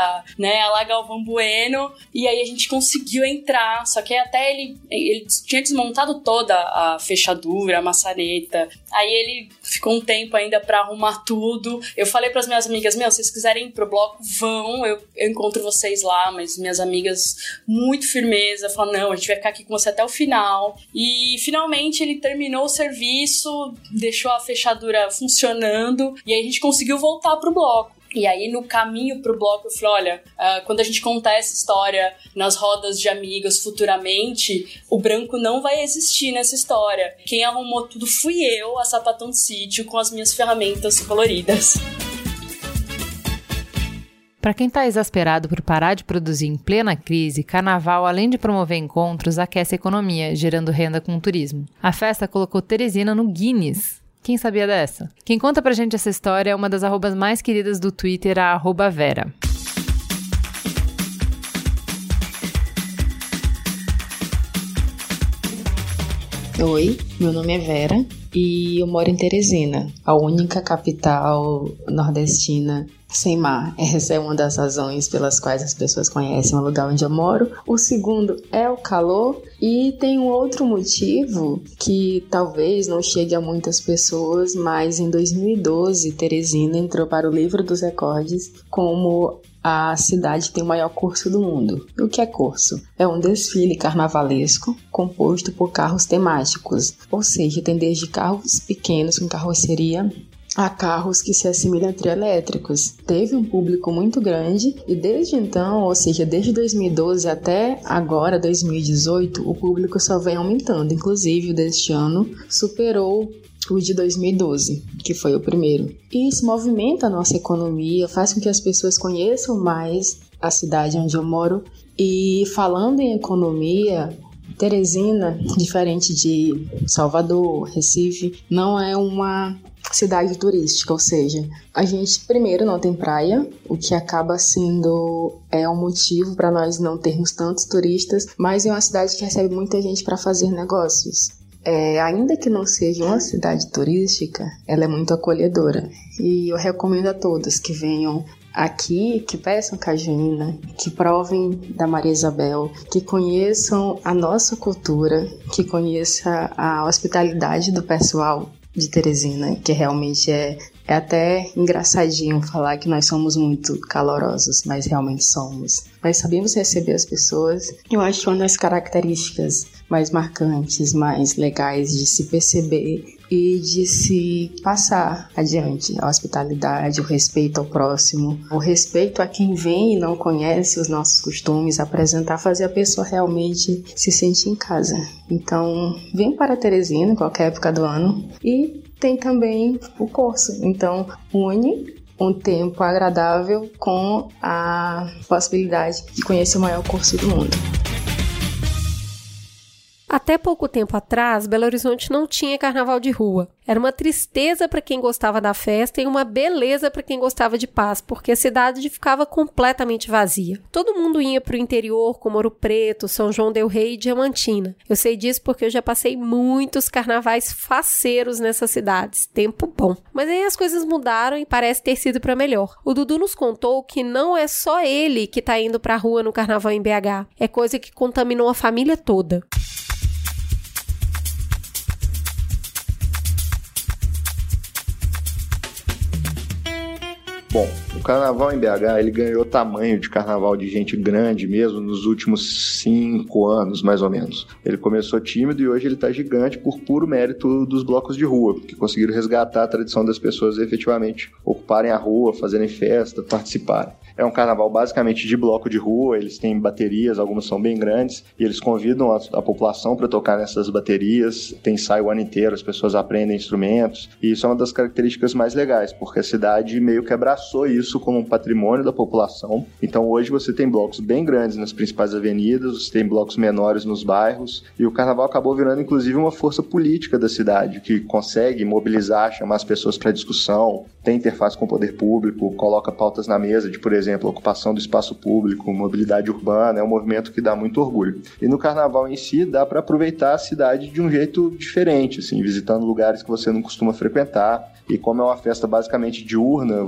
né, a lá Galvão Bueno, e aí a gente conseguiu entrar, só que até ele tinha desmontado toda a fechadura, a maçaneta, aí ele ficou um tempo ainda pra arrumar tudo. Eu falei pras minhas amigas, se vocês quiserem ir pro bloco, vão, eu encontro vocês lá, mas minhas amigas, muito firmeza, falaram, não, a gente vai ficar aqui com você até o final. E finalmente ele terminou o serviço, deixou a fechadura funcionando, e aí a gente conseguiu voltar pro bloco. E aí, no caminho pro bloco, eu falei, olha, quando a gente contar essa história nas rodas de amigas futuramente, o branco não vai existir nessa história. Quem arrumou tudo fui eu, a Sapatão de Sítio, com as minhas ferramentas coloridas. Para quem está exasperado por parar de produzir em plena crise, Carnaval, além de promover encontros, aquece a economia, gerando renda com o turismo. A festa colocou Teresina no Guinness. Quem sabia dessa? Quem conta pra gente essa história é uma das arrobas mais queridas do Twitter, a @Vera. Oi, meu nome é Vera e eu moro em Teresina, a única capital nordestina sem mar. Essa é uma das razões pelas quais as pessoas conhecem o lugar onde eu moro. O segundo é o calor e tem um outro motivo que talvez não chegue a muitas pessoas, mas em 2012 Teresina entrou para o livro dos recordes como a cidade tem o maior curso do mundo. O que é curso? É um desfile carnavalesco composto por carros temáticos, ou seja, tem desde carros pequenos com carroceria a carros que se assemelham a trielétricos. Teve um público muito grande e desde então, ou seja, desde 2012 até agora, 2018, o público só vem aumentando. Inclusive, o deste ano superou o de 2012, que foi o primeiro. E isso movimenta a nossa economia, faz com que as pessoas conheçam mais a cidade onde eu moro. E falando em economia, Teresina, diferente de Salvador, Recife, não é uma cidade turística, ou seja, a gente primeiro não tem praia, o que acaba sendo um motivo para nós não termos tantos turistas, mas é uma cidade que recebe muita gente para fazer negócios. Ainda que não seja uma cidade turística, ela é muito acolhedora e eu recomendo a todos que venham aqui, que peçam cajuína, que provem da Maria Isabel, que conheçam a nossa cultura, que conheçam a hospitalidade do pessoal de Teresina, que realmente é até engraçadinho falar que nós somos muito calorosos, mas realmente somos. Nós sabemos receber as pessoas. Eu acho que uma das características mais marcantes, mais legais de se perceber e de se passar adiante a hospitalidade, o respeito ao próximo, o respeito a quem vem e não conhece os nossos costumes, apresentar, fazer a pessoa realmente se sentir em casa. Então, vem para Teresina, qualquer época do ano, e tem também o curso. Então, une um tempo agradável com a possibilidade de conhecer o maior curso do mundo. Até pouco tempo atrás, Belo Horizonte não tinha carnaval de rua. Era uma tristeza para quem gostava da festa e uma beleza para quem gostava de paz, porque a cidade ficava completamente vazia. Todo mundo ia para o interior, como Ouro Preto, São João del Rei e Diamantina. Eu sei disso porque eu já passei muitos carnavais faceiros nessas cidades. Tempo bom. Mas aí as coisas mudaram e parece ter sido para melhor. O Dudu nos contou que não é só ele que está indo para a rua no carnaval em BH. É coisa que contaminou a família toda. Bom, o carnaval em BH, ele ganhou tamanho de carnaval de gente grande mesmo nos últimos 5 anos, mais ou menos. Ele começou tímido e hoje ele está gigante por puro mérito dos blocos de rua, que conseguiram resgatar a tradição das pessoas efetivamente ocuparem a rua, fazerem festa, participarem. É um carnaval basicamente de bloco de rua, eles têm baterias, algumas são bem grandes, e eles convidam a população para tocar nessas baterias, tem ensaio o ano inteiro, as pessoas aprendem instrumentos, e isso é uma das características mais legais, porque a cidade meio que abraçou isso como um patrimônio da população. Então hoje você tem blocos bem grandes nas principais avenidas, você tem blocos menores nos bairros, e o carnaval acabou virando inclusive uma força política da cidade, que consegue mobilizar, chamar as pessoas para discussão, tem interface com o poder público, coloca pautas na mesa de, por exemplo, ocupação do espaço público, mobilidade urbana, é um movimento que dá muito orgulho. E no carnaval em si, dá para aproveitar a cidade de um jeito diferente, assim, visitando lugares que você não costuma frequentar. E como é uma festa basicamente diurna, você acaba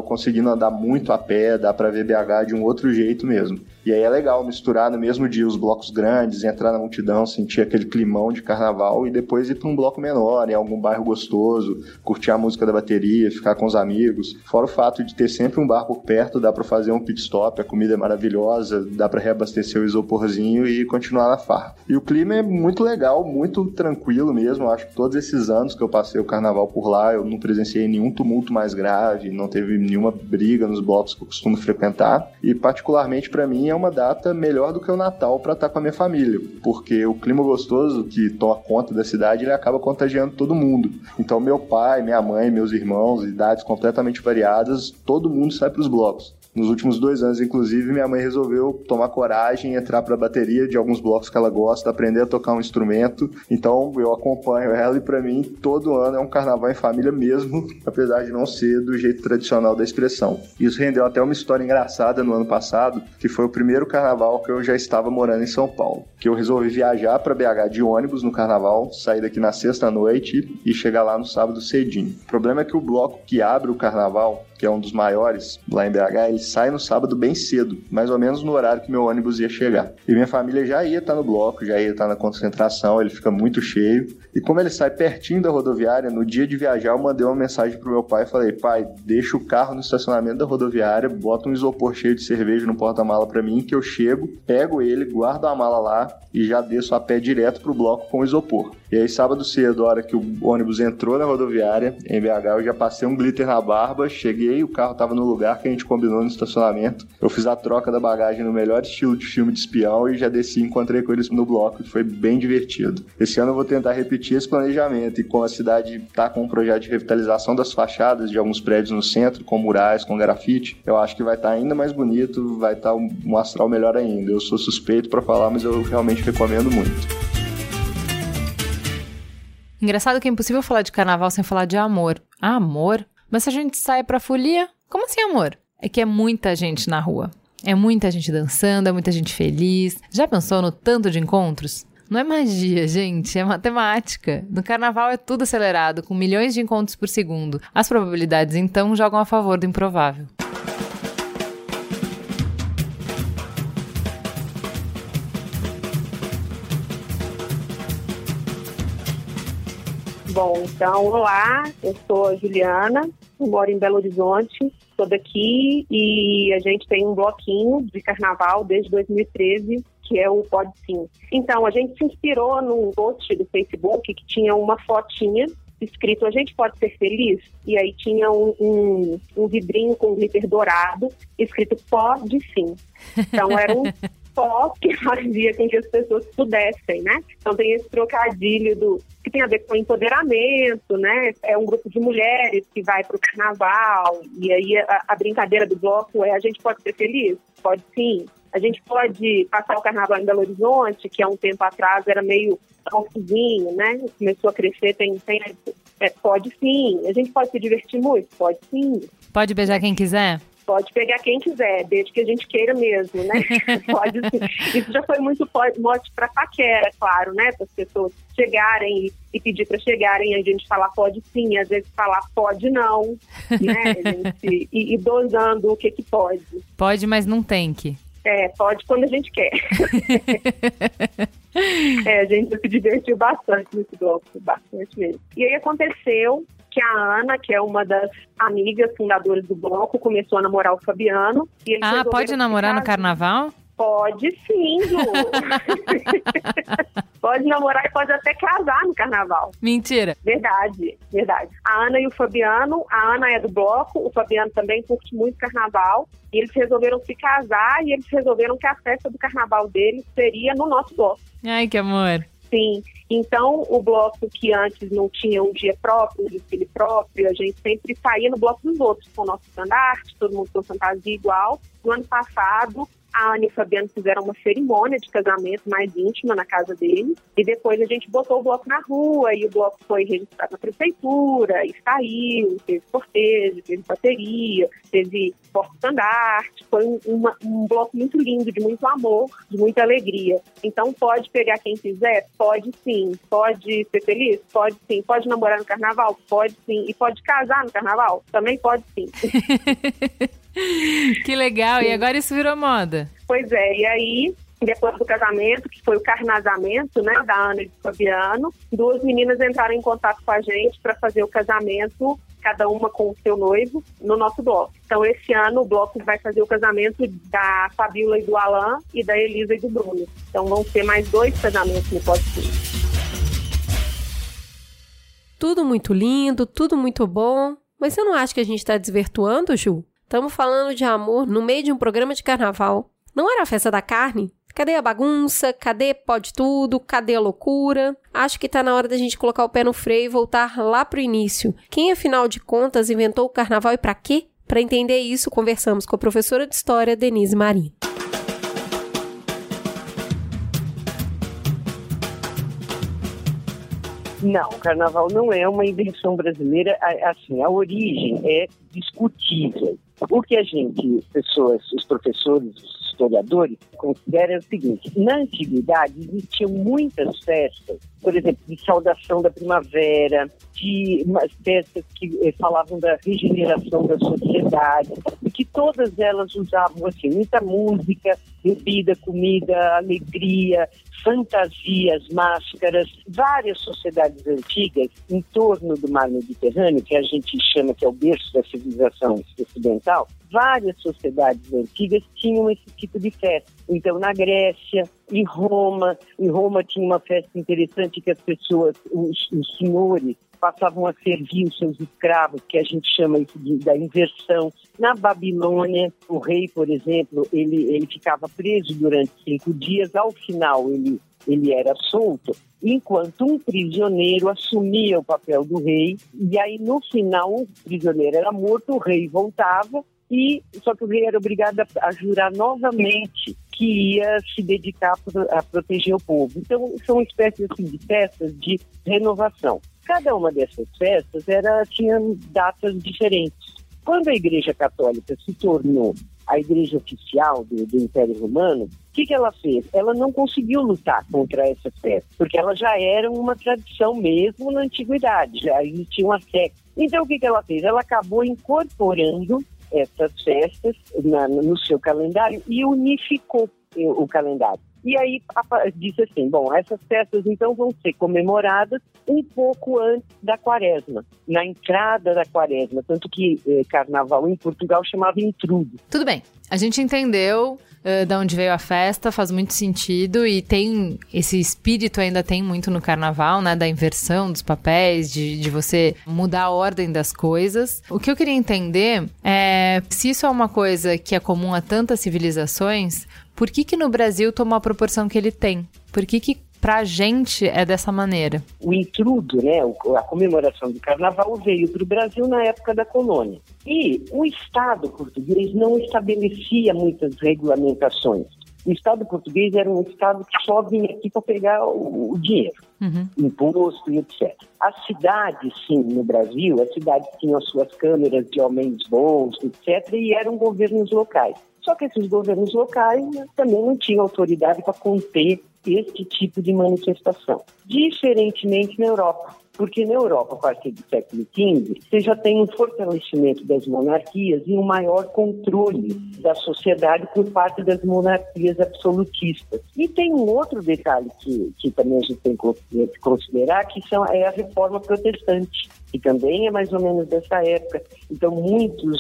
tava conseguindo andar muito a pé, dá pra ver BH de um outro jeito mesmo. E aí é legal misturar no mesmo dia os blocos grandes, entrar na multidão, sentir aquele climão de carnaval e depois ir para um bloco menor, em algum bairro gostoso, curtir a música da bateria, ficar com os amigos. Fora o fato de ter sempre um bar por perto, dá para fazer um pit stop, a comida é maravilhosa, dá para reabastecer o isoporzinho e continuar na farra. E o clima é muito legal, muito tranquilo mesmo. Eu acho que todos esses anos que eu passei o carnaval por lá, eu não presenciei nenhum tumulto mais grave, não teve nenhuma briga nos blocos que eu costumo frequentar. E particularmente para mim é uma data melhor do que o Natal para estar com a minha família, porque o clima gostoso que toma conta da cidade, ele acaba contagiando todo mundo. Então meu pai, minha mãe, meus irmãos, idades completamente variadas, todo mundo sai para os blocos. Nos últimos 2 anos, inclusive, minha mãe resolveu tomar coragem e entrar para a bateria de alguns blocos que ela gosta, aprender a tocar um instrumento. Então, eu acompanho ela e, para mim, todo ano é um carnaval em família mesmo, apesar de não ser do jeito tradicional da expressão. Isso rendeu até uma história engraçada no ano passado, que foi o primeiro carnaval que eu já estava morando em São Paulo. Que eu resolvi viajar para BH de ônibus no carnaval, sair daqui na sexta-noite e chegar lá no sábado cedinho. O problema é que o bloco que abre o carnaval, que é um dos maiores lá em BH, ele sai no sábado bem cedo, mais ou menos no horário que meu ônibus ia chegar. E minha família já ia estar no bloco, já ia estar na concentração, ele fica muito cheio. E como ele sai pertinho da rodoviária, no dia de viajar eu mandei uma mensagem pro meu pai e falei: pai, deixa o carro no estacionamento da rodoviária, bota um isopor cheio de cerveja no porta-mala pra mim, que eu chego, pego ele, guardo a mala lá e já desço a pé direto pro bloco com o isopor. E aí sábado cedo, a hora que o ônibus entrou na rodoviária, em BH, eu já passei um glitter na barba, cheguei, o carro tava no lugar que a gente combinou no estacionamento. Eu fiz a troca da bagagem no melhor estilo de filme de espião e já desci e encontrei com eles no bloco, e foi bem divertido. Esse ano eu vou tentar repetir esse planejamento, e como a cidade tá com um projeto de revitalização das fachadas de alguns prédios no centro, com murais, com grafite, eu acho que vai estar ainda mais bonito, vai estar um astral melhor ainda. Eu sou suspeito pra falar, mas eu realmente recomendo muito. Engraçado que é impossível falar de carnaval sem falar de amor. Ah, amor? Mas se a gente sai pra folia, como assim amor? É que é muita gente na rua. É muita gente dançando, é muita gente feliz. Já pensou no tanto de encontros? Não é magia, gente, é matemática. No carnaval é tudo acelerado, com milhões de encontros por segundo. As probabilidades, então, jogam a favor do improvável. Bom, então, olá, eu sou a Juliana, eu moro em Belo Horizonte, sou daqui e a gente tem um bloquinho de carnaval desde 2013, que é o Pode Sim. Então, a gente se inspirou num post do Facebook que tinha uma fotinha escrito: a gente pode ser feliz? E aí tinha um vidrinho com glitter dourado escrito Pode Sim. Então, era um só que fazia com que as pessoas pudessem, né? Então tem esse trocadilho que tem a ver com empoderamento, né? É um grupo de mulheres que vai para o carnaval, e aí a brincadeira do bloco é: a gente pode ser feliz? Pode sim. A gente pode passar o carnaval em Belo Horizonte, que há um tempo atrás era meio confusinho, né? Começou a crescer, pode sim. A gente pode se divertir muito? Pode sim. Pode beijar quem quiser? Pode pegar quem quiser, desde que a gente queira mesmo, né? Pode sim. Isso já foi muito mote para paquera, claro, né? Para as pessoas chegarem e pedir para chegarem, a gente falar pode sim, às vezes falar pode não, né? A gente ir dosando o que pode. Pode, mas não tem que. Pode quando a gente quer. A gente se divertiu bastante nesse bloco, bastante mesmo. E aí aconteceu que a Ana, que é uma das amigas fundadoras do bloco, começou a namorar o Fabiano. E pode namorar no carnaval? Pode sim, Ju. Pode namorar e pode até casar no carnaval. Mentira. Verdade. A Ana e o Fabiano, a Ana é do bloco, o Fabiano também curte muito carnaval, e eles resolveram se casar, e eles resolveram que a festa do carnaval deles seria no nosso bloco. Ai, que amor. Sim, então o bloco que antes não tinha um dia próprio, um desfile próprio, a gente sempre saía no bloco dos outros, com o nosso estandarte, todo mundo com fantasia igual. No ano passado, A Ana e o Fabiano fizeram uma cerimônia de casamento mais íntima na casa deles. E depois a gente botou o bloco na rua e o bloco foi registrado na prefeitura e saiu, teve cortejo, teve bateria, teve porta-estandarte. Foi um bloco muito lindo, de muito amor, de muita alegria. Então pode pegar quem quiser? Pode sim. Pode ser feliz? Pode sim. Pode namorar no carnaval? Pode sim. E pode casar no carnaval? Também pode sim. Que legal, sim. E agora isso virou moda. Pois é, e aí, depois do casamento, que foi o carnasamento, né, da Ana e do Fabiano, 2 meninas entraram em contato com a gente para fazer o casamento, cada uma com o seu noivo, no nosso bloco. Então, esse ano, o bloco vai fazer o casamento da Fabíola e do Alan, e da Elisa e do Bruno. Então, vão ter mais 2 casamentos no Pode Sim. Tudo muito lindo, tudo muito bom, mas você não acha que a gente está desvirtuando, Ju? Estamos falando de amor no meio de um programa de carnaval. Não era a festa da carne? Cadê a bagunça? Cadê pode tudo? Cadê a loucura? Acho que tá na hora da gente colocar o pé no freio e voltar lá pro início. Quem, afinal de contas, inventou o carnaval e pra quê? Para entender isso, conversamos com a professora de História, Denise Marinho. Não, o carnaval não é uma invenção brasileira. Assim, a origem é discutível. O que a gente, os professores, os historiadores, consideram é o seguinte: na antiguidade existiam muitas festas, por exemplo, de saudação da primavera, de festas que falavam da regeneração da sociedade, e que todas elas usavam assim, muita música, bebida, comida, alegria, fantasias, máscaras. Várias sociedades antigas em torno do mar Mediterrâneo, que a gente chama que é o berço da civilização ocidental, várias sociedades antigas tinham esse tipo de festa. Então, na Grécia, em Roma tinha uma festa interessante que as pessoas, os senhores, passavam a servir os seus escravos, que a gente chama isso da inversão. Na Babilônia, o rei, por exemplo, ele ficava preso durante 5 dias, ao final ele era solto, enquanto um prisioneiro assumia o papel do rei, e aí no final o prisioneiro era morto, o rei voltava, só que o rei era obrigado a jurar novamente que ia se dedicar a proteger o povo. Então são espécies assim, de festas de renovação. Cada uma dessas festas tinha datas diferentes. Quando a Igreja Católica se tornou a igreja oficial do Império Romano, o que ela fez? Ela não conseguiu lutar contra essas festas, porque elas já eram uma tradição mesmo na antiguidade, já existiam as sectas. Então o que ela fez? Ela acabou incorporando essas festas no seu calendário e unificou o calendário. E aí disse assim, bom, essas festas então vão ser comemoradas um pouco antes da Quaresma, na entrada da Quaresma, tanto que carnaval em Portugal chamava intrudo. Tudo bem, a gente entendeu de onde veio a festa, faz muito sentido e tem esse espírito ainda tem muito no carnaval, né, da inversão dos papéis, de você mudar a ordem das coisas. O que eu queria entender é se isso é uma coisa que é comum a tantas civilizações, por que no Brasil tomou a proporção que ele tem? Por que pra gente é dessa maneira? O intrudo, né, a comemoração do carnaval veio para o Brasil na época da colônia. E o Estado português não estabelecia muitas regulamentações. O Estado português era um Estado que só vinha aqui para pegar o dinheiro, imposto e etc. As cidades, sim, no Brasil, as cidades tinham as suas câmeras de homens bons, etc., e eram governos locais. Só que esses governos locais também não tinham autoridade para conter este tipo de manifestação. Diferentemente na Europa, porque na Europa, a partir do século XV, você já tem um fortalecimento das monarquias e um maior controle da sociedade por parte das monarquias absolutistas. E tem um outro detalhe que também a gente tem que considerar, que é a reforma protestante, que também é mais ou menos dessa época. Então, muitos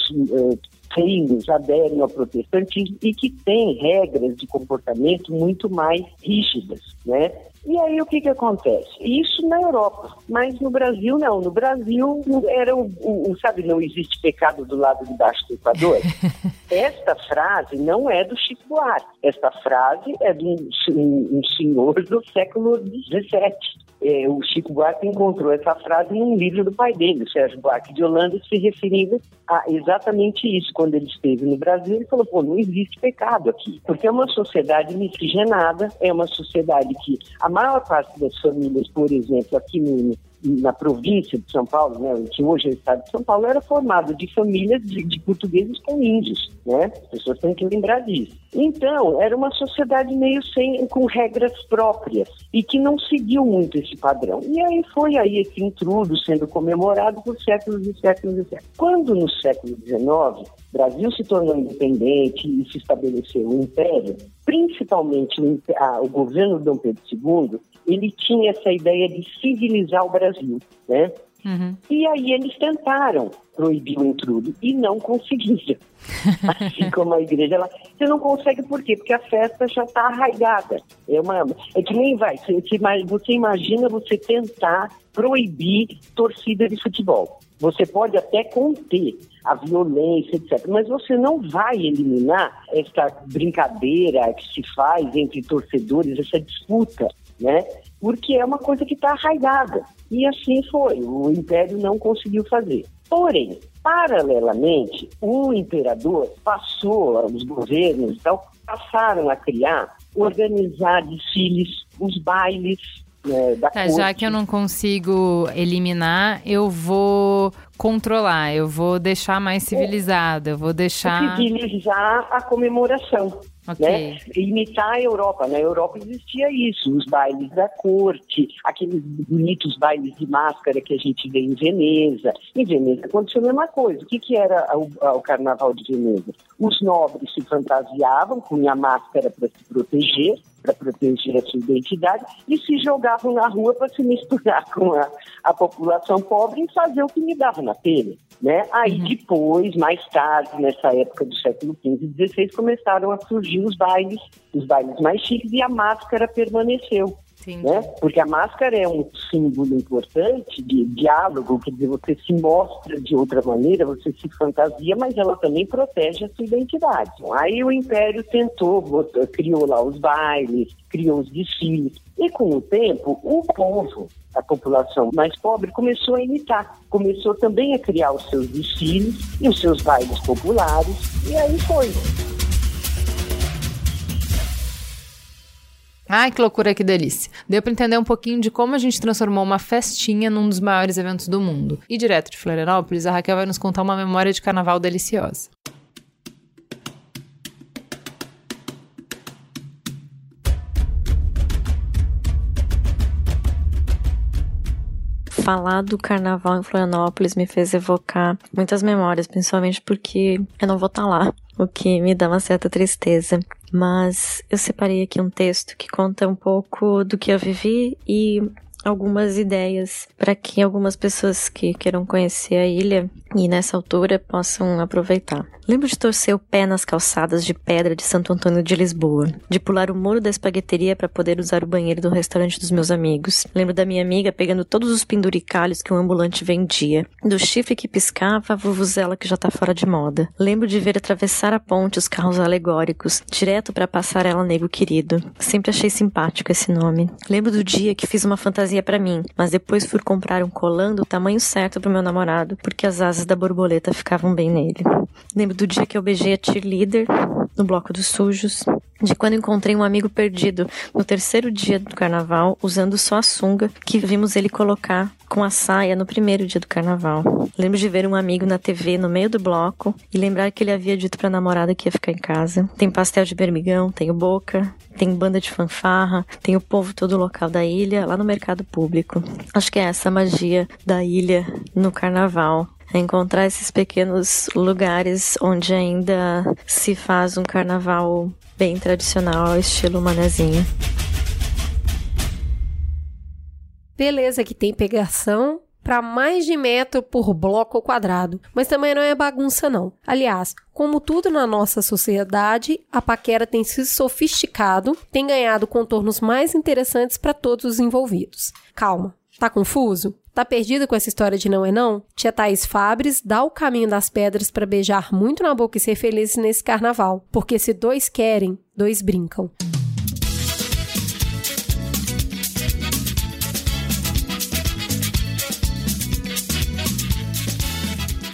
reinos aderem ao protestantismo e que têm regras de comportamento muito mais rígidas, né? E aí o que acontece? Isso na Europa, mas no Brasil não. No Brasil era sabe, não existe pecado do lado de baixo do Equador. Esta frase não é do Chico Buarque. Esta frase é de um senhor do século XVII. o Chico Buarque encontrou essa frase em um livro do pai dele, o Sérgio Buarque de Holanda, se referindo a exatamente isso. Quando ele esteve no Brasil, ele falou, não existe pecado aqui, porque é uma sociedade miscigenada, é uma sociedade que a maior parte das famílias, por exemplo, aqui na província de São Paulo, né, que hoje é o estado de São Paulo, era formado de famílias de portugueses com índios, né? As pessoas têm que lembrar disso. Então, era uma sociedade meio com regras próprias e que não seguiu muito esse padrão. E aí foi esse intrudo sendo comemorado por séculos e séculos e séculos. Quando no século XIX, o Brasil se tornou independente e se estabeleceu um império, principalmente o governo de Dom Pedro II, ele tinha essa ideia de civilizar o Brasil, né? Uhum. E aí eles tentaram proibir o intrudo e não conseguiram. Assim como a igreja, você não consegue por quê? Porque a festa já está arraigada. É que nem você imagina você tentar proibir torcida de futebol. Você pode até conter a violência, etc. Mas você não vai eliminar essa brincadeira que se faz entre torcedores, essa disputa, né? Porque é uma coisa que está arraigada. E assim foi. O Império não conseguiu fazer. Porém, paralelamente, o imperador os governos e tal, passaram a organizar desfiles, os bailes da corte. Já que eu não consigo eliminar, eu vou controlar, eu vou deixar mais civilizado, eu vou deixar... Civilizar a comemoração. Okay. Né? Imitar a Europa. Na Europa existia isso, os bailes da corte, aqueles bonitos bailes de máscara que a gente vê em Veneza. Em Veneza aconteceu a mesma coisa. O que era o Carnaval de Veneza? Os nobres se fantasiavam, punham a máscara para se proteger a sua identidade, e se jogavam na rua para se misturar com a população pobre e fazer o que me dava na telha. Né? Aí depois, mais tarde, nessa época do século XV e XVI, começaram a surgir os bailes mais chiques, e a máscara permaneceu. Né? Porque a máscara é um símbolo importante de diálogo, quer dizer, você se mostra de outra maneira, você se fantasia, mas ela também protege a sua identidade. Aí o Império criou lá os bailes, criou os desfiles, e com o tempo o povo, a população mais pobre, começou a imitar, começou também a criar os seus desfiles e os seus bailes populares, e aí foi. Ai, que loucura, que delícia. Deu pra entender um pouquinho de como a gente transformou uma festinha num dos maiores eventos do mundo. E direto de Florianópolis, a Raquel vai nos contar uma memória de carnaval deliciosa. Falar do carnaval em Florianópolis me fez evocar muitas memórias, principalmente porque eu não vou estar lá, o que me dá uma certa tristeza. Mas eu separei aqui um texto que conta um pouco do que eu vivi e algumas ideias para que algumas pessoas que queiram conhecer a ilha e nessa altura possam aproveitar. Lembro de torcer o pé nas calçadas de pedra de Santo Antônio de Lisboa, de pular o muro da espagueteria para poder usar o banheiro do restaurante dos meus amigos. Lembro da minha amiga pegando todos os penduricalhos que o ambulante vendia, do chifre que piscava, a vuvuzela que já tá fora de moda. Lembro de ver atravessar a ponte os carros alegóricos, direto para a passarela Nego Querido. Sempre achei simpático esse nome. Lembro do dia que fiz uma fantasia para mim, mas depois fui comprar um colã do tamanho certo pro meu namorado, porque as asas da borboleta ficavam bem nele. Lembro do dia que eu beijei a cheerleader no Bloco dos Sujos, de quando encontrei um amigo perdido no terceiro dia do carnaval, usando só a sunga que vimos ele colocar com a saia no primeiro dia do carnaval. Lembro de ver um amigo na TV no meio do bloco e lembrar que ele havia dito pra namorada que ia ficar em casa. Tem pastel de bermigão, tem o boca, tem banda de fanfarra, tem o povo todo local da ilha, lá no mercado público. Acho que é essa a magia da ilha no carnaval. É encontrar esses pequenos lugares onde ainda se faz um carnaval bem tradicional, ao estilo manezinho. Beleza, que tem pegação para mais de metro por bloco quadrado, mas também não é bagunça não. Aliás, como tudo na nossa sociedade, a paquera tem se sofisticado, tem ganhado contornos mais interessantes para todos os envolvidos. Calma, tá confuso? Tá perdido com essa história de não é não? Tia Thaís Fabres dá o caminho das pedras para beijar muito na boca e ser feliz nesse carnaval, porque se dois querem, dois brincam.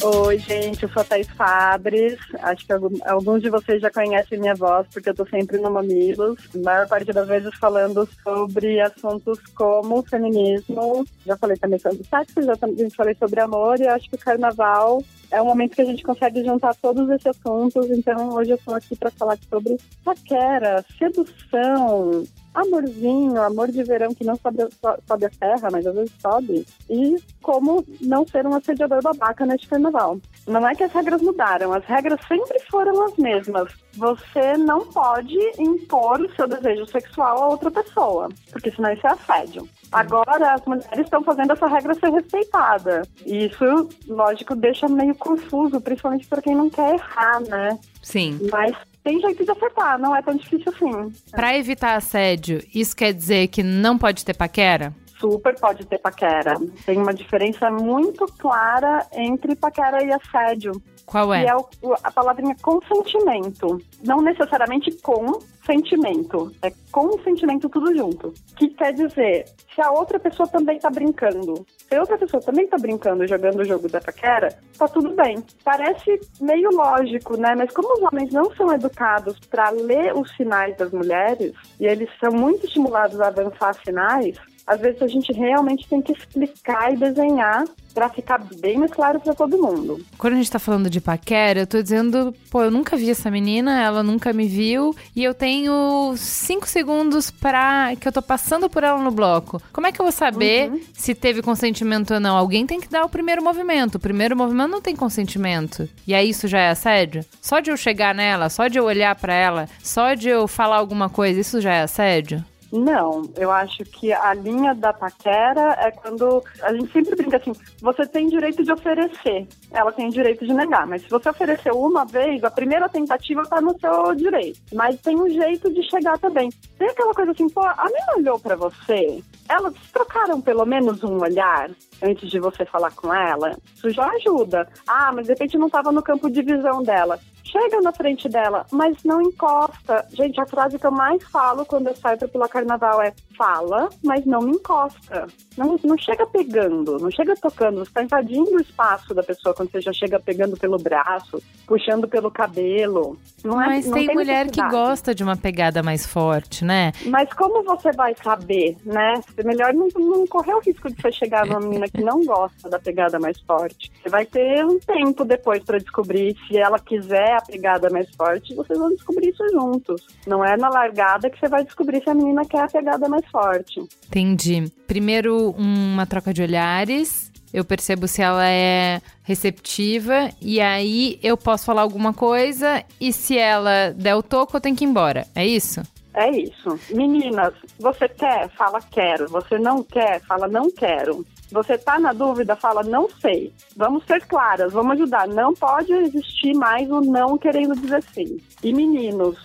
Oi, gente, eu sou a Thaís Fabres. Acho que alguns de vocês já conhecem minha voz, porque eu tô sempre no Mamilos. A maior parte das vezes falando sobre assuntos como feminismo. Já falei também sobre sexo, já falei sobre amor, e eu acho que o carnaval é um momento que a gente consegue juntar todos esses assuntos. Então, hoje eu tô aqui para falar sobre paquera, sedução, amorzinho, amor de verão que não sobe a serra, mas às vezes sobe. E como não ser um assediador babaca neste carnaval. Não é que as regras mudaram, as regras sempre foram as mesmas. Você não pode impor o seu desejo sexual a outra pessoa, porque senão isso é assédio. Agora as mulheres estão fazendo essa regra ser respeitada. E isso, lógico, deixa meio confuso, principalmente para quem não quer errar, né? Sim. Mas tem jeito de acertar, não é tão difícil assim. Pra evitar assédio, isso quer dizer que não pode ter paquera? Super pode ter paquera. Tem uma diferença muito clara entre paquera e assédio. Qual é? Que é a palavrinha consentimento. Não necessariamente com sentimento. É consentimento tudo junto. Que quer dizer, se a outra pessoa também tá brincando, se a outra pessoa também tá brincando e jogando o jogo da paquera, tá tudo bem. Parece meio lógico, né? Mas como os homens não são educados para ler os sinais das mulheres, e eles são muito estimulados a avançar sinais, às vezes a gente realmente tem que explicar e desenhar pra ficar bem mais claro pra todo mundo. Quando a gente tá falando de paquera, eu tô dizendo, pô, eu nunca vi essa menina, ela nunca me viu, e eu tenho 5 segundos que eu tô passando por ela no bloco. Como é que eu vou saber se teve consentimento ou não? Alguém tem que dar o primeiro movimento. O primeiro movimento não tem consentimento. E aí isso já é assédio? Só de eu chegar nela, só de eu olhar pra ela, só de eu falar alguma coisa, isso já é assédio? Não, eu acho que a linha da paquera é quando a gente sempre brinca assim, você tem direito de oferecer, ela tem direito de negar, mas se você ofereceu uma vez, a primeira tentativa tá no seu direito, mas tem um jeito de chegar também. Tem aquela coisa assim, pô, a menina olhou pra você, elas trocaram pelo menos um olhar antes de você falar com ela, isso já ajuda. Ah, mas de repente não tava no campo de visão dela. Chega na frente dela, mas não encosta. Gente, a frase que eu mais falo quando eu saio pra pular carnaval é fala, mas não me encosta. Não chega pegando, não chega tocando. Você tá invadindo o espaço da pessoa quando você já chega pegando pelo braço, puxando pelo cabelo. Mas não tem mulher que gosta de uma pegada mais forte, né? Mas como você vai saber, né? É melhor não correr o risco de você chegar numa menina que não gosta da pegada mais forte. Você vai ter um tempo depois pra descobrir. Se ela quiser a pegada mais forte, vocês vão descobrir isso juntos. Não é na largada que você vai descobrir se a menina quer a pegada mais forte. Entendi. Primeiro, uma troca de olhares. Eu percebo se ela é receptiva e aí eu posso falar alguma coisa e se ela der o toco, eu tenho que ir embora. É isso? É isso. Meninas, você quer? Fala quero. Você não quer? Fala não quero. Você tá na dúvida? Fala não sei. Vamos ser claras, vamos ajudar. Não pode existir mais o não querendo dizer sim. E meninos,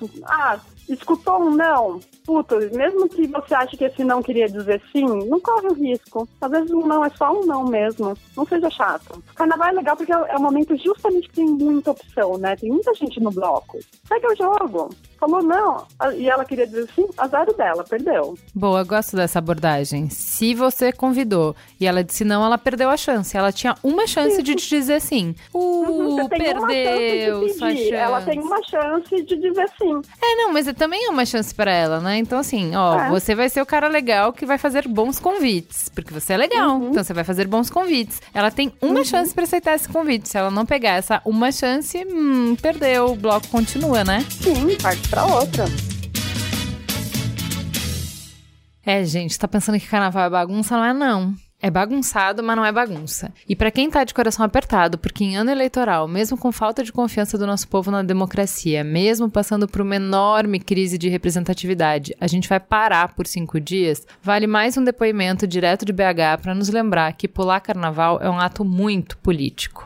escutou um não? Puta, mesmo que você ache que esse não queria dizer sim, não corre o risco. Às vezes um não é só um não mesmo. Não seja chato. O carnaval é legal porque é um momento justamente que tem muita opção, né? Tem muita gente no bloco. Segue o jogo. Falou não, e ela queria dizer sim, azar dela, perdeu. Boa, gosto dessa abordagem. Se você convidou e ela disse não, ela perdeu a chance. Ela tinha uma chance de te dizer sim. Você tem perdeu uma chance de sua chance. Ela tem uma chance de dizer sim. Não, mas também é uma chance pra ela, né? Então assim, você vai ser o cara legal que vai fazer bons convites, porque você é legal, então você vai fazer bons convites. Ela tem uma chance pra aceitar esse convite. Se ela não pegar essa uma chance, perdeu. O bloco continua, né? Sim, parte pra outra. Gente, tá pensando que carnaval é bagunça? Não é não. É bagunçado, mas não é bagunça. E pra quem tá de coração apertado, porque em ano eleitoral, mesmo com falta de confiança do nosso povo na democracia, mesmo passando por uma enorme crise de representatividade, a gente vai parar por 5 dias, vale mais um depoimento direto de BH pra nos lembrar que pular carnaval é um ato muito político.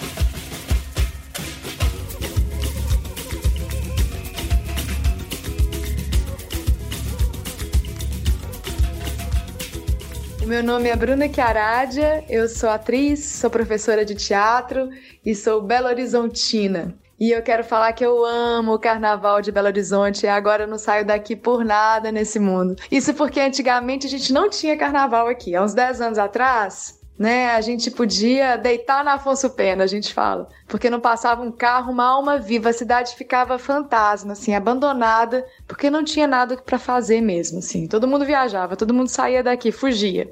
Meu nome é Bruna Chiaradia, eu sou atriz, sou professora de teatro e sou belo-horizontina. E eu quero falar que eu amo o carnaval de Belo Horizonte e agora eu não saio daqui por nada nesse mundo. Isso porque antigamente a gente não tinha carnaval aqui. Há uns 10 anos atrás, né? A gente podia deitar na Afonso Pena, a gente fala, porque não passava um carro, uma alma viva, a cidade ficava fantasma, assim, abandonada, porque não tinha nada para fazer mesmo, assim. Todo mundo viajava, todo mundo saía daqui, fugia.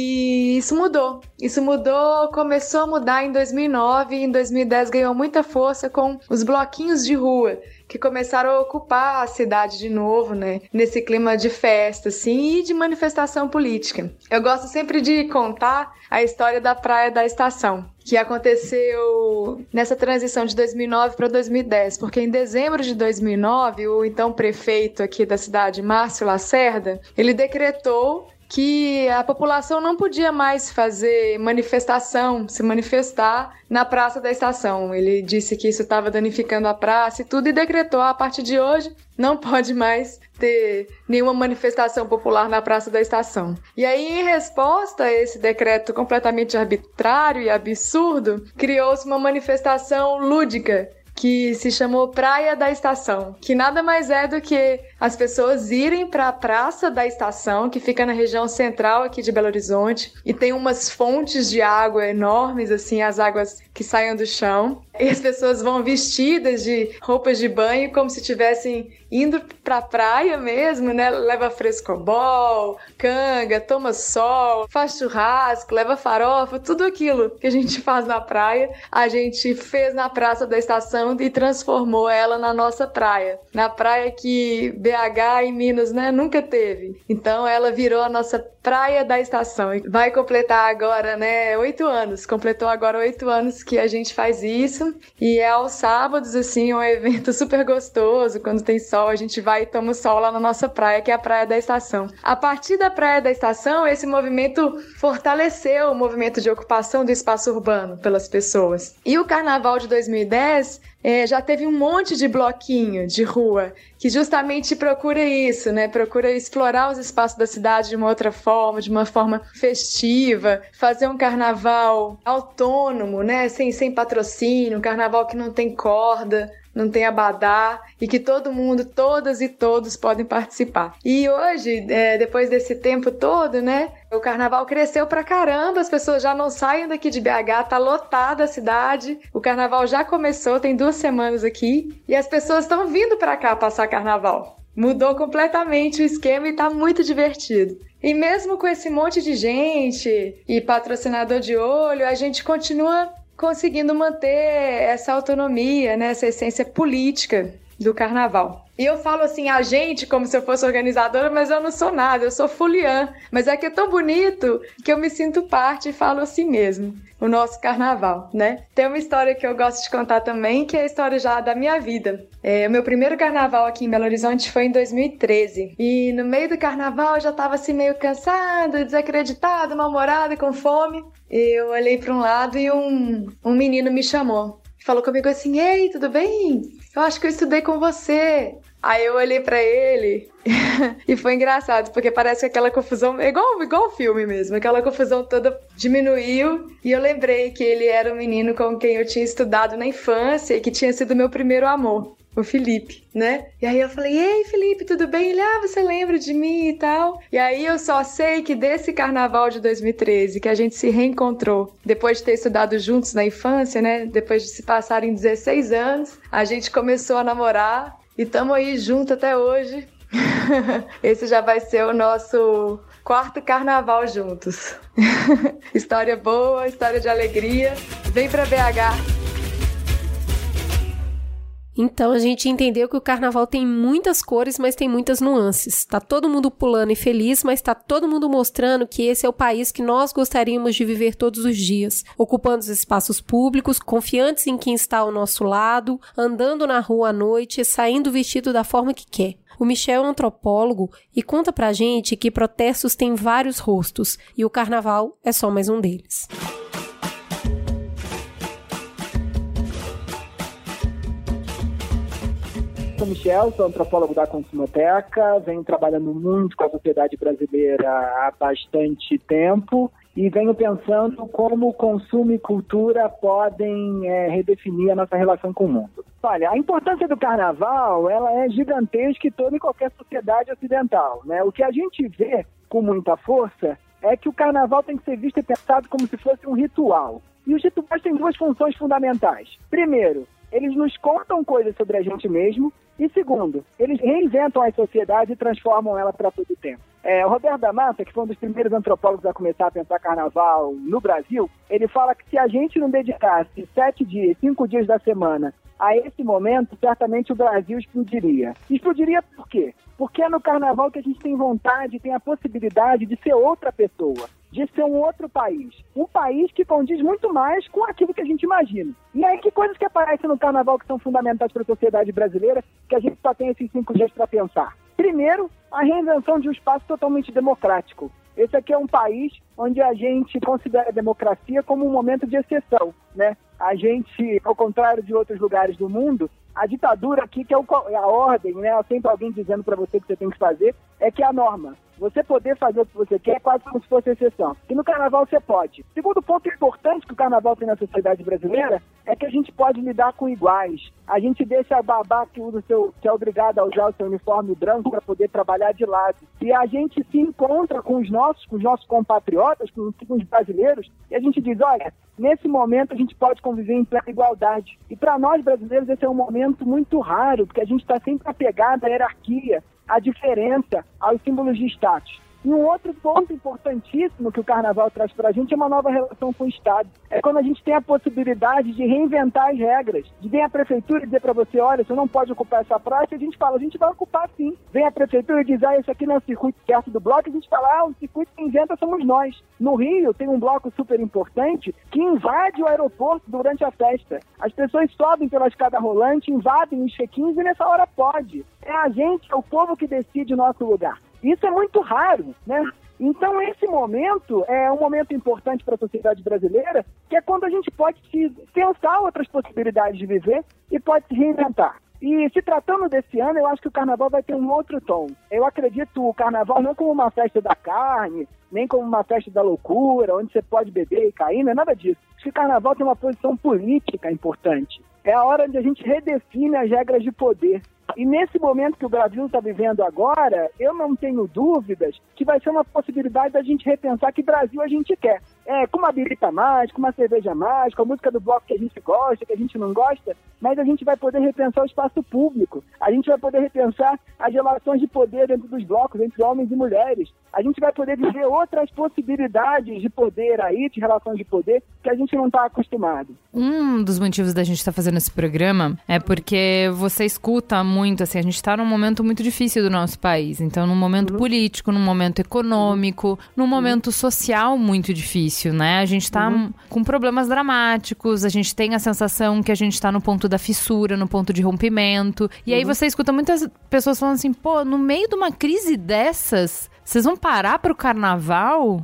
E isso mudou, começou a mudar em 2009 e em 2010 ganhou muita força com os bloquinhos de rua, que começaram a ocupar a cidade de novo, né? Nesse clima de festa, assim, e de manifestação política. Eu gosto sempre de contar a história da Praia da Estação, que aconteceu nessa transição de 2009 para 2010, porque em dezembro de 2009, o então prefeito aqui da cidade, Márcio Lacerda, ele decretou que a população não podia mais fazer manifestação, se manifestar na Praça da Estação. Ele disse que isso estava danificando a praça e tudo, e decretou, a partir de hoje, não pode mais ter nenhuma manifestação popular na Praça da Estação. E aí, em resposta a esse decreto completamente arbitrário e absurdo, criou-se uma manifestação lúdica, que se chamou Praia da Estação, que nada mais é do que as pessoas irem para a Praça da Estação, que fica na região central aqui de Belo Horizonte, e tem umas fontes de água enormes, assim, as águas que saem do chão, e as pessoas vão vestidas de roupas de banho, como se estivessem indo para a praia mesmo, né? Leva frescobol, canga, toma sol, faz churrasco, leva farofa, tudo aquilo que a gente faz na praia, a gente fez na Praça da Estação e transformou ela na nossa praia. Na praia que BH e Minas, né, nunca teve. Então ela virou a nossa Praia da Estação. Vai completar agora, né, 8 anos. Completou agora 8 anos que a gente faz isso. E é aos sábados, assim, um evento super gostoso. Quando tem sol, a gente vai e toma sol lá na nossa praia, que é a Praia da Estação. A partir da Praia da Estação, esse movimento fortaleceu o movimento de ocupação do espaço urbano pelas pessoas. E o Carnaval de 2010 já teve um monte de bloquinho de rua que justamente procura isso, né? Procura explorar os espaços da cidade de uma outra forma, de uma forma festiva, fazer um carnaval autônomo, né? Sem patrocínio, um carnaval que não tem corda, não tem abadá, e que todo mundo, todas e todos podem participar. E hoje, depois desse tempo todo, né, o carnaval cresceu pra caramba, as pessoas já não saem daqui de BH, tá lotada a cidade, o carnaval já começou, tem 2 semanas aqui, e as pessoas estão vindo pra cá passar carnaval. Mudou completamente o esquema e tá muito divertido. E mesmo com esse monte de gente e patrocinador de olho, a gente continua conseguindo manter essa autonomia, né, essa essência política do carnaval. E eu falo assim, a gente, como se eu fosse organizadora, mas eu não sou nada, eu sou fuliã. Mas é que é tão bonito que eu me sinto parte e falo assim mesmo, o nosso carnaval, né? Tem uma história que eu gosto de contar também, que é a história já da minha vida. O meu primeiro carnaval aqui em Belo Horizonte foi em 2013. E no meio do carnaval eu já tava assim meio cansada, desacreditada, mal-humorada, com fome. Eu olhei para um lado e um menino me chamou. Falou comigo assim, ei, tudo bem? Eu acho que eu estudei com você. Aí eu olhei pra ele e foi engraçado, porque parece que aquela confusão, igual filme mesmo, aquela confusão toda diminuiu e eu lembrei que ele era um menino com quem eu tinha estudado na infância e que tinha sido meu primeiro amor, o Felipe, né? E aí eu falei, ei, Felipe, tudo bem? Ele, você lembra de mim e tal? E aí eu só sei que desse carnaval de 2013, que a gente se reencontrou, depois de ter estudado juntos na infância, né? Depois de se passarem 16 anos, a gente começou a namorar e estamos aí juntos até hoje. Esse já vai ser o nosso 4º carnaval juntos. História boa, história de alegria. Vem pra BH. Então a gente entendeu que o carnaval tem muitas cores, mas tem muitas nuances. Tá todo mundo pulando e feliz, mas tá todo mundo mostrando que esse é o país que nós gostaríamos de viver todos os dias, ocupando os espaços públicos, confiantes em quem está ao nosso lado, andando na rua à noite, saindo vestido da forma que quer. O Michel é um antropólogo e conta pra gente que protestos têm vários rostos e o carnaval é só mais um deles. Sou Michel, sou antropólogo da Consumoteca, venho trabalhando muito com a sociedade brasileira há bastante tempo e venho pensando como consumo e cultura podem redefinir a nossa relação com o mundo. Olha, a importância do carnaval ela é gigantesca em toda e qualquer sociedade ocidental, né? O que a gente vê com muita força é que o carnaval tem que ser visto e pensado como se fosse um ritual. E os rituais têm duas funções fundamentais. Primeiro, eles nos contam coisas sobre a gente mesmo. E segundo, eles reinventam a sociedade e transformam ela para todo o tempo. O Roberto da Mata, que foi um dos primeiros antropólogos a começar a pensar carnaval no Brasil, ele fala que se a gente não dedicasse 7 dias, 5 dias da semana a esse momento, certamente o Brasil explodiria. Explodiria por quê? Porque é no carnaval que a gente tem vontade, tem a possibilidade de ser outra pessoa, de ser um outro país. Um país que condiz muito mais com aquilo que a gente imagina. E aí, que coisas que aparecem no carnaval que são fundamentais para a sociedade brasileira, que a gente só tem esses 5 dias para pensar? Primeiro, a reinvenção de um espaço totalmente democrático. Esse aqui é um país onde a gente considera a democracia como um momento de exceção, né? A gente, ao contrário de outros lugares do mundo, a ditadura aqui, que é a ordem, né? Sempre alguém dizendo para você o que você tem que fazer, é que é a norma. Você poder fazer o que você quer é quase como se fosse exceção. E no carnaval você pode. Segundo ponto importante que o carnaval tem na sociedade brasileira é que a gente pode lidar com iguais. A gente deixa a babá que é obrigada a usar o seu uniforme branco para poder trabalhar de lado. E a gente se encontra com os nossos compatriotas, com os brasileiros, e a gente diz, olha, nesse momento a gente pode conviver em plena igualdade. E para nós brasileiros esse é um momento muito raro, porque a gente está sempre apegado à hierarquia, à diferença, aos símbolos de status. E um outro ponto importantíssimo que o carnaval traz para a gente é uma nova relação com o Estado. É quando a gente tem a possibilidade de reinventar as regras, de vir a prefeitura e dizer para você, olha, você não pode ocupar essa praça, e a gente fala, a gente vai ocupar sim. Vem a prefeitura e diz, esse aqui não é o circuito certo do bloco, e a gente fala, o circuito que inventa somos nós. No Rio tem um bloco super importante que invade o aeroporto durante a festa. As pessoas sobem pela escada rolante, invadem os check-ins e nessa hora pode. É a gente, é o povo que decide o nosso lugar. Isso é muito raro, né? Então, esse momento é um momento importante para a sociedade brasileira, que é quando a gente pode pensar outras possibilidades de viver e pode se reinventar. E se tratando desse ano, eu acho que o carnaval vai ter um outro tom. Eu acredito o carnaval não como uma festa da carne, nem como uma festa da loucura, onde você pode beber e cair, não é nada disso. Acho que o carnaval tem uma posição política importante. É a hora de a gente redefine as regras de poder. E nesse momento que o Brasil está vivendo agora, eu não tenho dúvidas que vai ser uma possibilidade da gente repensar que Brasil a gente quer. Com uma birita a mais, com uma cerveja a mais, com a música do bloco que a gente gosta, que a gente não gosta, mas a gente vai poder repensar o espaço público. A gente vai poder repensar as relações de poder dentro dos blocos, entre homens e mulheres. A gente vai poder viver outras possibilidades de poder aí, de relações de poder, que a gente não está acostumado. Um dos motivos da gente estar fazendo esse programa é porque você escuta muito, assim, a gente está num momento muito difícil do nosso país. Então, num momento político, num momento econômico, num momento social muito difícil, né? A gente está com problemas dramáticos, a gente tem a sensação que a gente está no ponto da fissura, no ponto de rompimento. E aí você escuta muitas pessoas falando assim, no meio de uma crise dessas, vocês vão parar pro carnaval?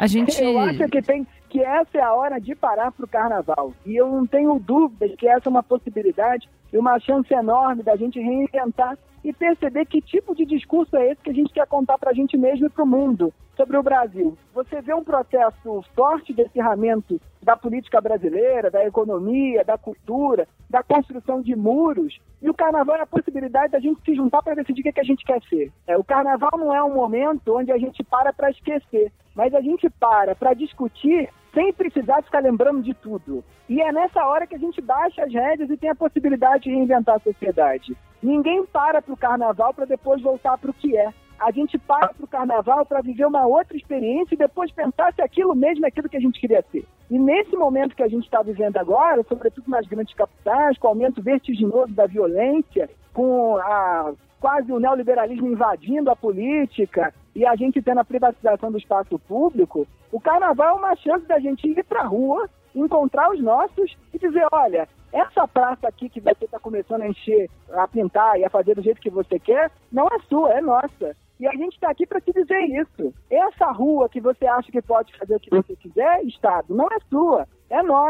Eu acho que essa é a hora de parar pro carnaval. E eu não tenho dúvida de que essa é uma possibilidade e uma chance enorme da gente reinventar e perceber que tipo de discurso é esse que a gente quer contar pra gente mesmo e pro mundo sobre o Brasil. Você vê um processo forte de acirramento da política brasileira, da economia, da cultura, da construção de muros, e o carnaval é a possibilidade da gente se juntar para decidir o que a gente quer ser. O carnaval não é um momento onde a gente para esquecer, mas a gente para discutir sem precisar ficar lembrando de tudo. E é nessa hora que a gente baixa as rédeas e tem a possibilidade de reinventar a sociedade. Ninguém para pro carnaval para depois voltar pro que é. A gente para pro carnaval para viver uma outra experiência e depois pensar se aquilo mesmo é aquilo que a gente queria ser. E nesse momento que a gente está vivendo agora, sobretudo nas grandes capitais, com o aumento vertiginoso da violência, com quase o neoliberalismo invadindo a política e a gente tendo a privatização do espaço público, o carnaval é uma chance da gente ir para a rua, encontrar os nossos e dizer, olha, essa praça aqui que você está começando a encher, a pintar e a fazer do jeito que você quer, não é sua, é nossa. E a gente está aqui para te dizer isso. Essa rua que você acha que pode fazer o que você quiser, Estado, não é sua, é nossa.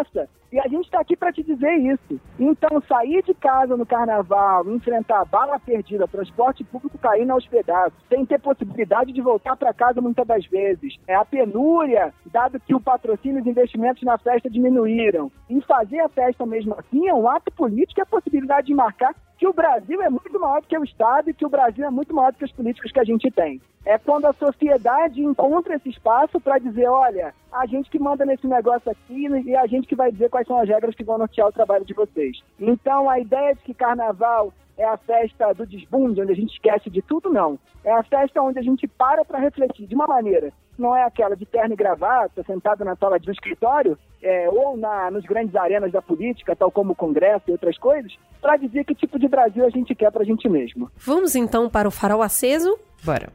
E a gente está aqui para te dizer isso. Então, sair de casa no carnaval, enfrentar bala perdida, transporte público caindo aos pedaços, sem ter possibilidade de voltar para casa muitas das vezes, a penúria, dado que o patrocínio e os investimentos na festa diminuíram, e fazer a festa mesmo assim é um ato político e a possibilidade de marcar que o Brasil é muito maior do que o Estado e que o Brasil é muito maior do que os políticos que a gente tem. É quando a sociedade encontra esse espaço para dizer, olha, a gente que manda nesse negócio aqui e a gente que vai dizer quais são as regras que vão nortear o trabalho de vocês. Então, a ideia de que carnaval é a festa do desbunde, onde a gente esquece de tudo, não. É a festa onde a gente para refletir de uma maneira. Não é aquela de terno e gravata, sentado na sala de um escritório, ou nos grandes arenas da política, tal como o Congresso e outras coisas, para dizer que tipo de Brasil a gente quer pra gente mesmo. Vamos então para o Farol Aceso? Bora.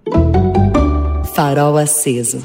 Farol Aceso.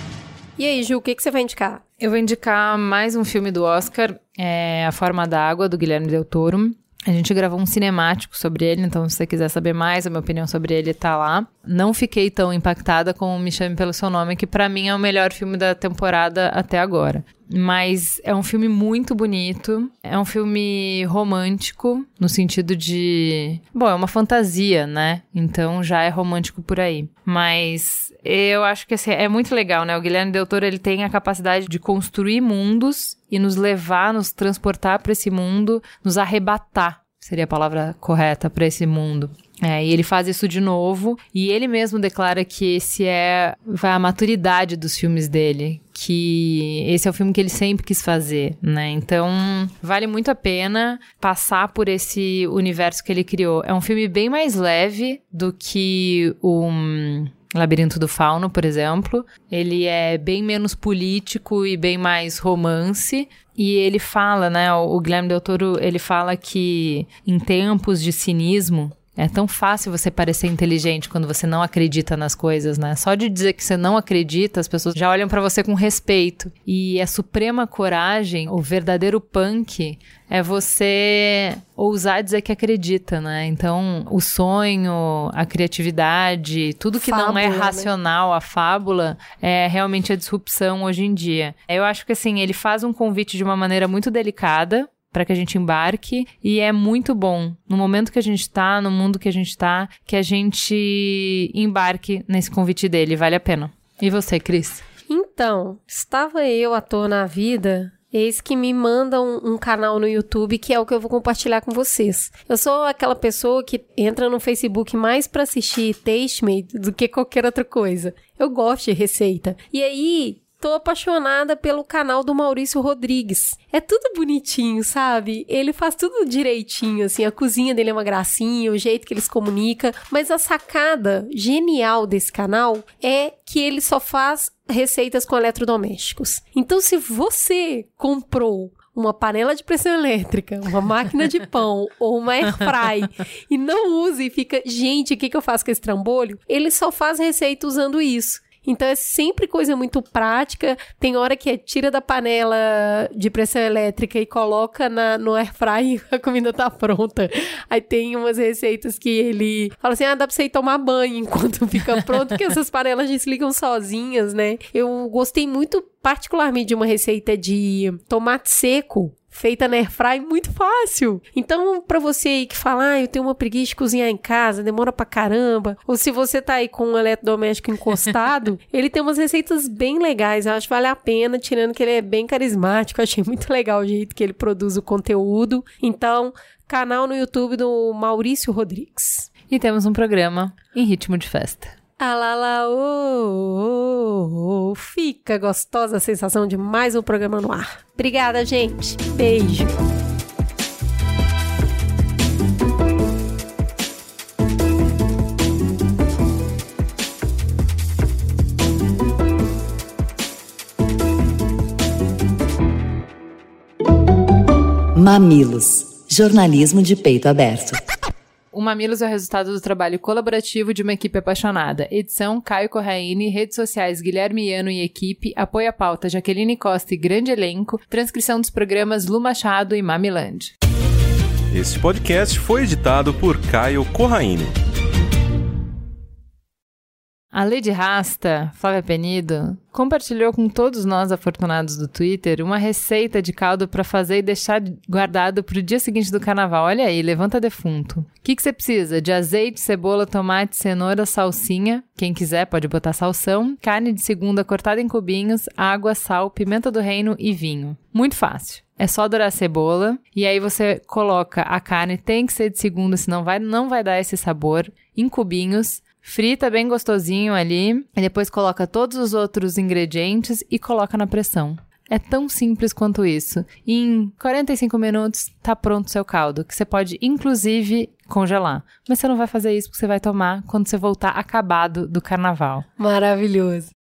E aí, Ju, o que você vai indicar? Eu vou indicar mais um filme do Oscar, A Forma da Água, do Guilherme Del Toro. A gente gravou um cinemático sobre ele, então se você quiser saber mais, a minha opinião sobre ele tá lá. Não fiquei tão impactada como Me Chame Pelo Seu Nome, que pra mim é o melhor filme da temporada até agora. Mas é um filme muito bonito, é um filme romântico, no sentido de... Bom, é uma fantasia, né? Então já é romântico por aí. Mas eu acho que assim, é muito legal, né? O Guilherme Del Toro, ele tem a capacidade de construir mundos e nos levar, nos transportar para esse mundo, nos arrebatar, seria a palavra correta, para esse mundo. E ele faz isso de novo, e ele mesmo declara que esse é a maturidade dos filmes dele, que esse é o filme que ele sempre quis fazer, né? Então, vale muito a pena passar por esse universo que ele criou. É um filme bem mais leve do que o Labirinto do Fauno, por exemplo. Ele é bem menos político e bem mais romance. E ele fala, né? O Guilherme Del Toro, ele fala que em tempos de cinismo, é tão fácil você parecer inteligente quando você não acredita nas coisas, né? Só de dizer que você não acredita, as pessoas já olham pra você com respeito. E a suprema coragem, o verdadeiro punk, é você ousar dizer que acredita, né? Então, o sonho, a criatividade, tudo que fábula, não é racional, né? A fábula, é realmente a disrupção hoje em dia. Eu acho que, assim, ele faz um convite de uma maneira muito delicada, para que a gente embarque, e é muito bom, no momento que a gente tá, no mundo que a gente tá, que a gente embarque nesse convite dele, vale a pena. E você, Cris? Então, estava eu à toa na vida, eis que me mandam um canal no YouTube que é o que eu vou compartilhar com vocês. Eu sou aquela pessoa que entra no Facebook mais para assistir Tastemade do que qualquer outra coisa. Eu gosto de receita. E aí... tô apaixonada pelo canal do Maurício Rodrigues. É tudo bonitinho, sabe? Ele faz tudo direitinho, assim. A cozinha dele é uma gracinha, o jeito que ele se comunica. Mas a sacada genial desse canal é que ele só faz receitas com eletrodomésticos. Então, se você comprou uma panela de pressão elétrica, uma máquina de pão ou uma airfry e não usa e fica, gente, o que eu faço com esse trambolho? Ele só faz receita usando isso. Então é sempre coisa muito prática. Tem hora que tira da panela de pressão elétrica e coloca no airfry e a comida tá pronta. Aí tem umas receitas que ele fala assim, dá pra você ir tomar banho enquanto fica pronto, porque essas panelas desligam sozinhas, né? Eu gostei muito particularmente de uma receita de tomate seco, feita na airfry, muito fácil. Então, pra você aí que fala, eu tenho uma preguiça de cozinhar em casa, demora pra caramba, ou se você tá aí com um eletrodoméstico encostado, ele tem umas receitas bem legais, eu acho que vale a pena, tirando que ele é bem carismático, eu achei muito legal o jeito que ele produz o conteúdo. Então, canal no YouTube do Maurício Rodrigues. E temos um programa em ritmo de festa. Fica gostosa a sensação de mais um programa no ar. Obrigada, gente. Beijo. Mamilos. Jornalismo de peito aberto. O Mamilos é o resultado do trabalho colaborativo de uma equipe apaixonada. Edição, Caio Corraine. Redes sociais, Guilherme Iano e equipe. Apoio à pauta, Jaqueline Costa e grande elenco. Transcrição dos programas Lu Machado e Mamiland. Este podcast foi editado por Caio Corraine. A Lady Rasta, Flávia Penido, compartilhou com todos nós afortunados do Twitter uma receita de caldo para fazer e deixar guardado para o dia seguinte do carnaval. Olha aí, levanta defunto. O que você precisa? De azeite, cebola, tomate, cenoura, salsinha. Quem quiser pode botar salsão. Carne de segunda cortada em cubinhos, água, sal, pimenta do reino e vinho. Muito fácil. É só dourar a cebola e aí você coloca a carne, tem que ser de segunda, senão não vai dar esse sabor, em cubinhos. Frita bem gostosinho ali, e depois coloca todos os outros ingredientes e coloca na pressão. É tão simples quanto isso. E em 45 minutos tá pronto o seu caldo, que você pode inclusive congelar. Mas você não vai fazer isso porque você vai tomar quando você voltar acabado do carnaval. Maravilhoso.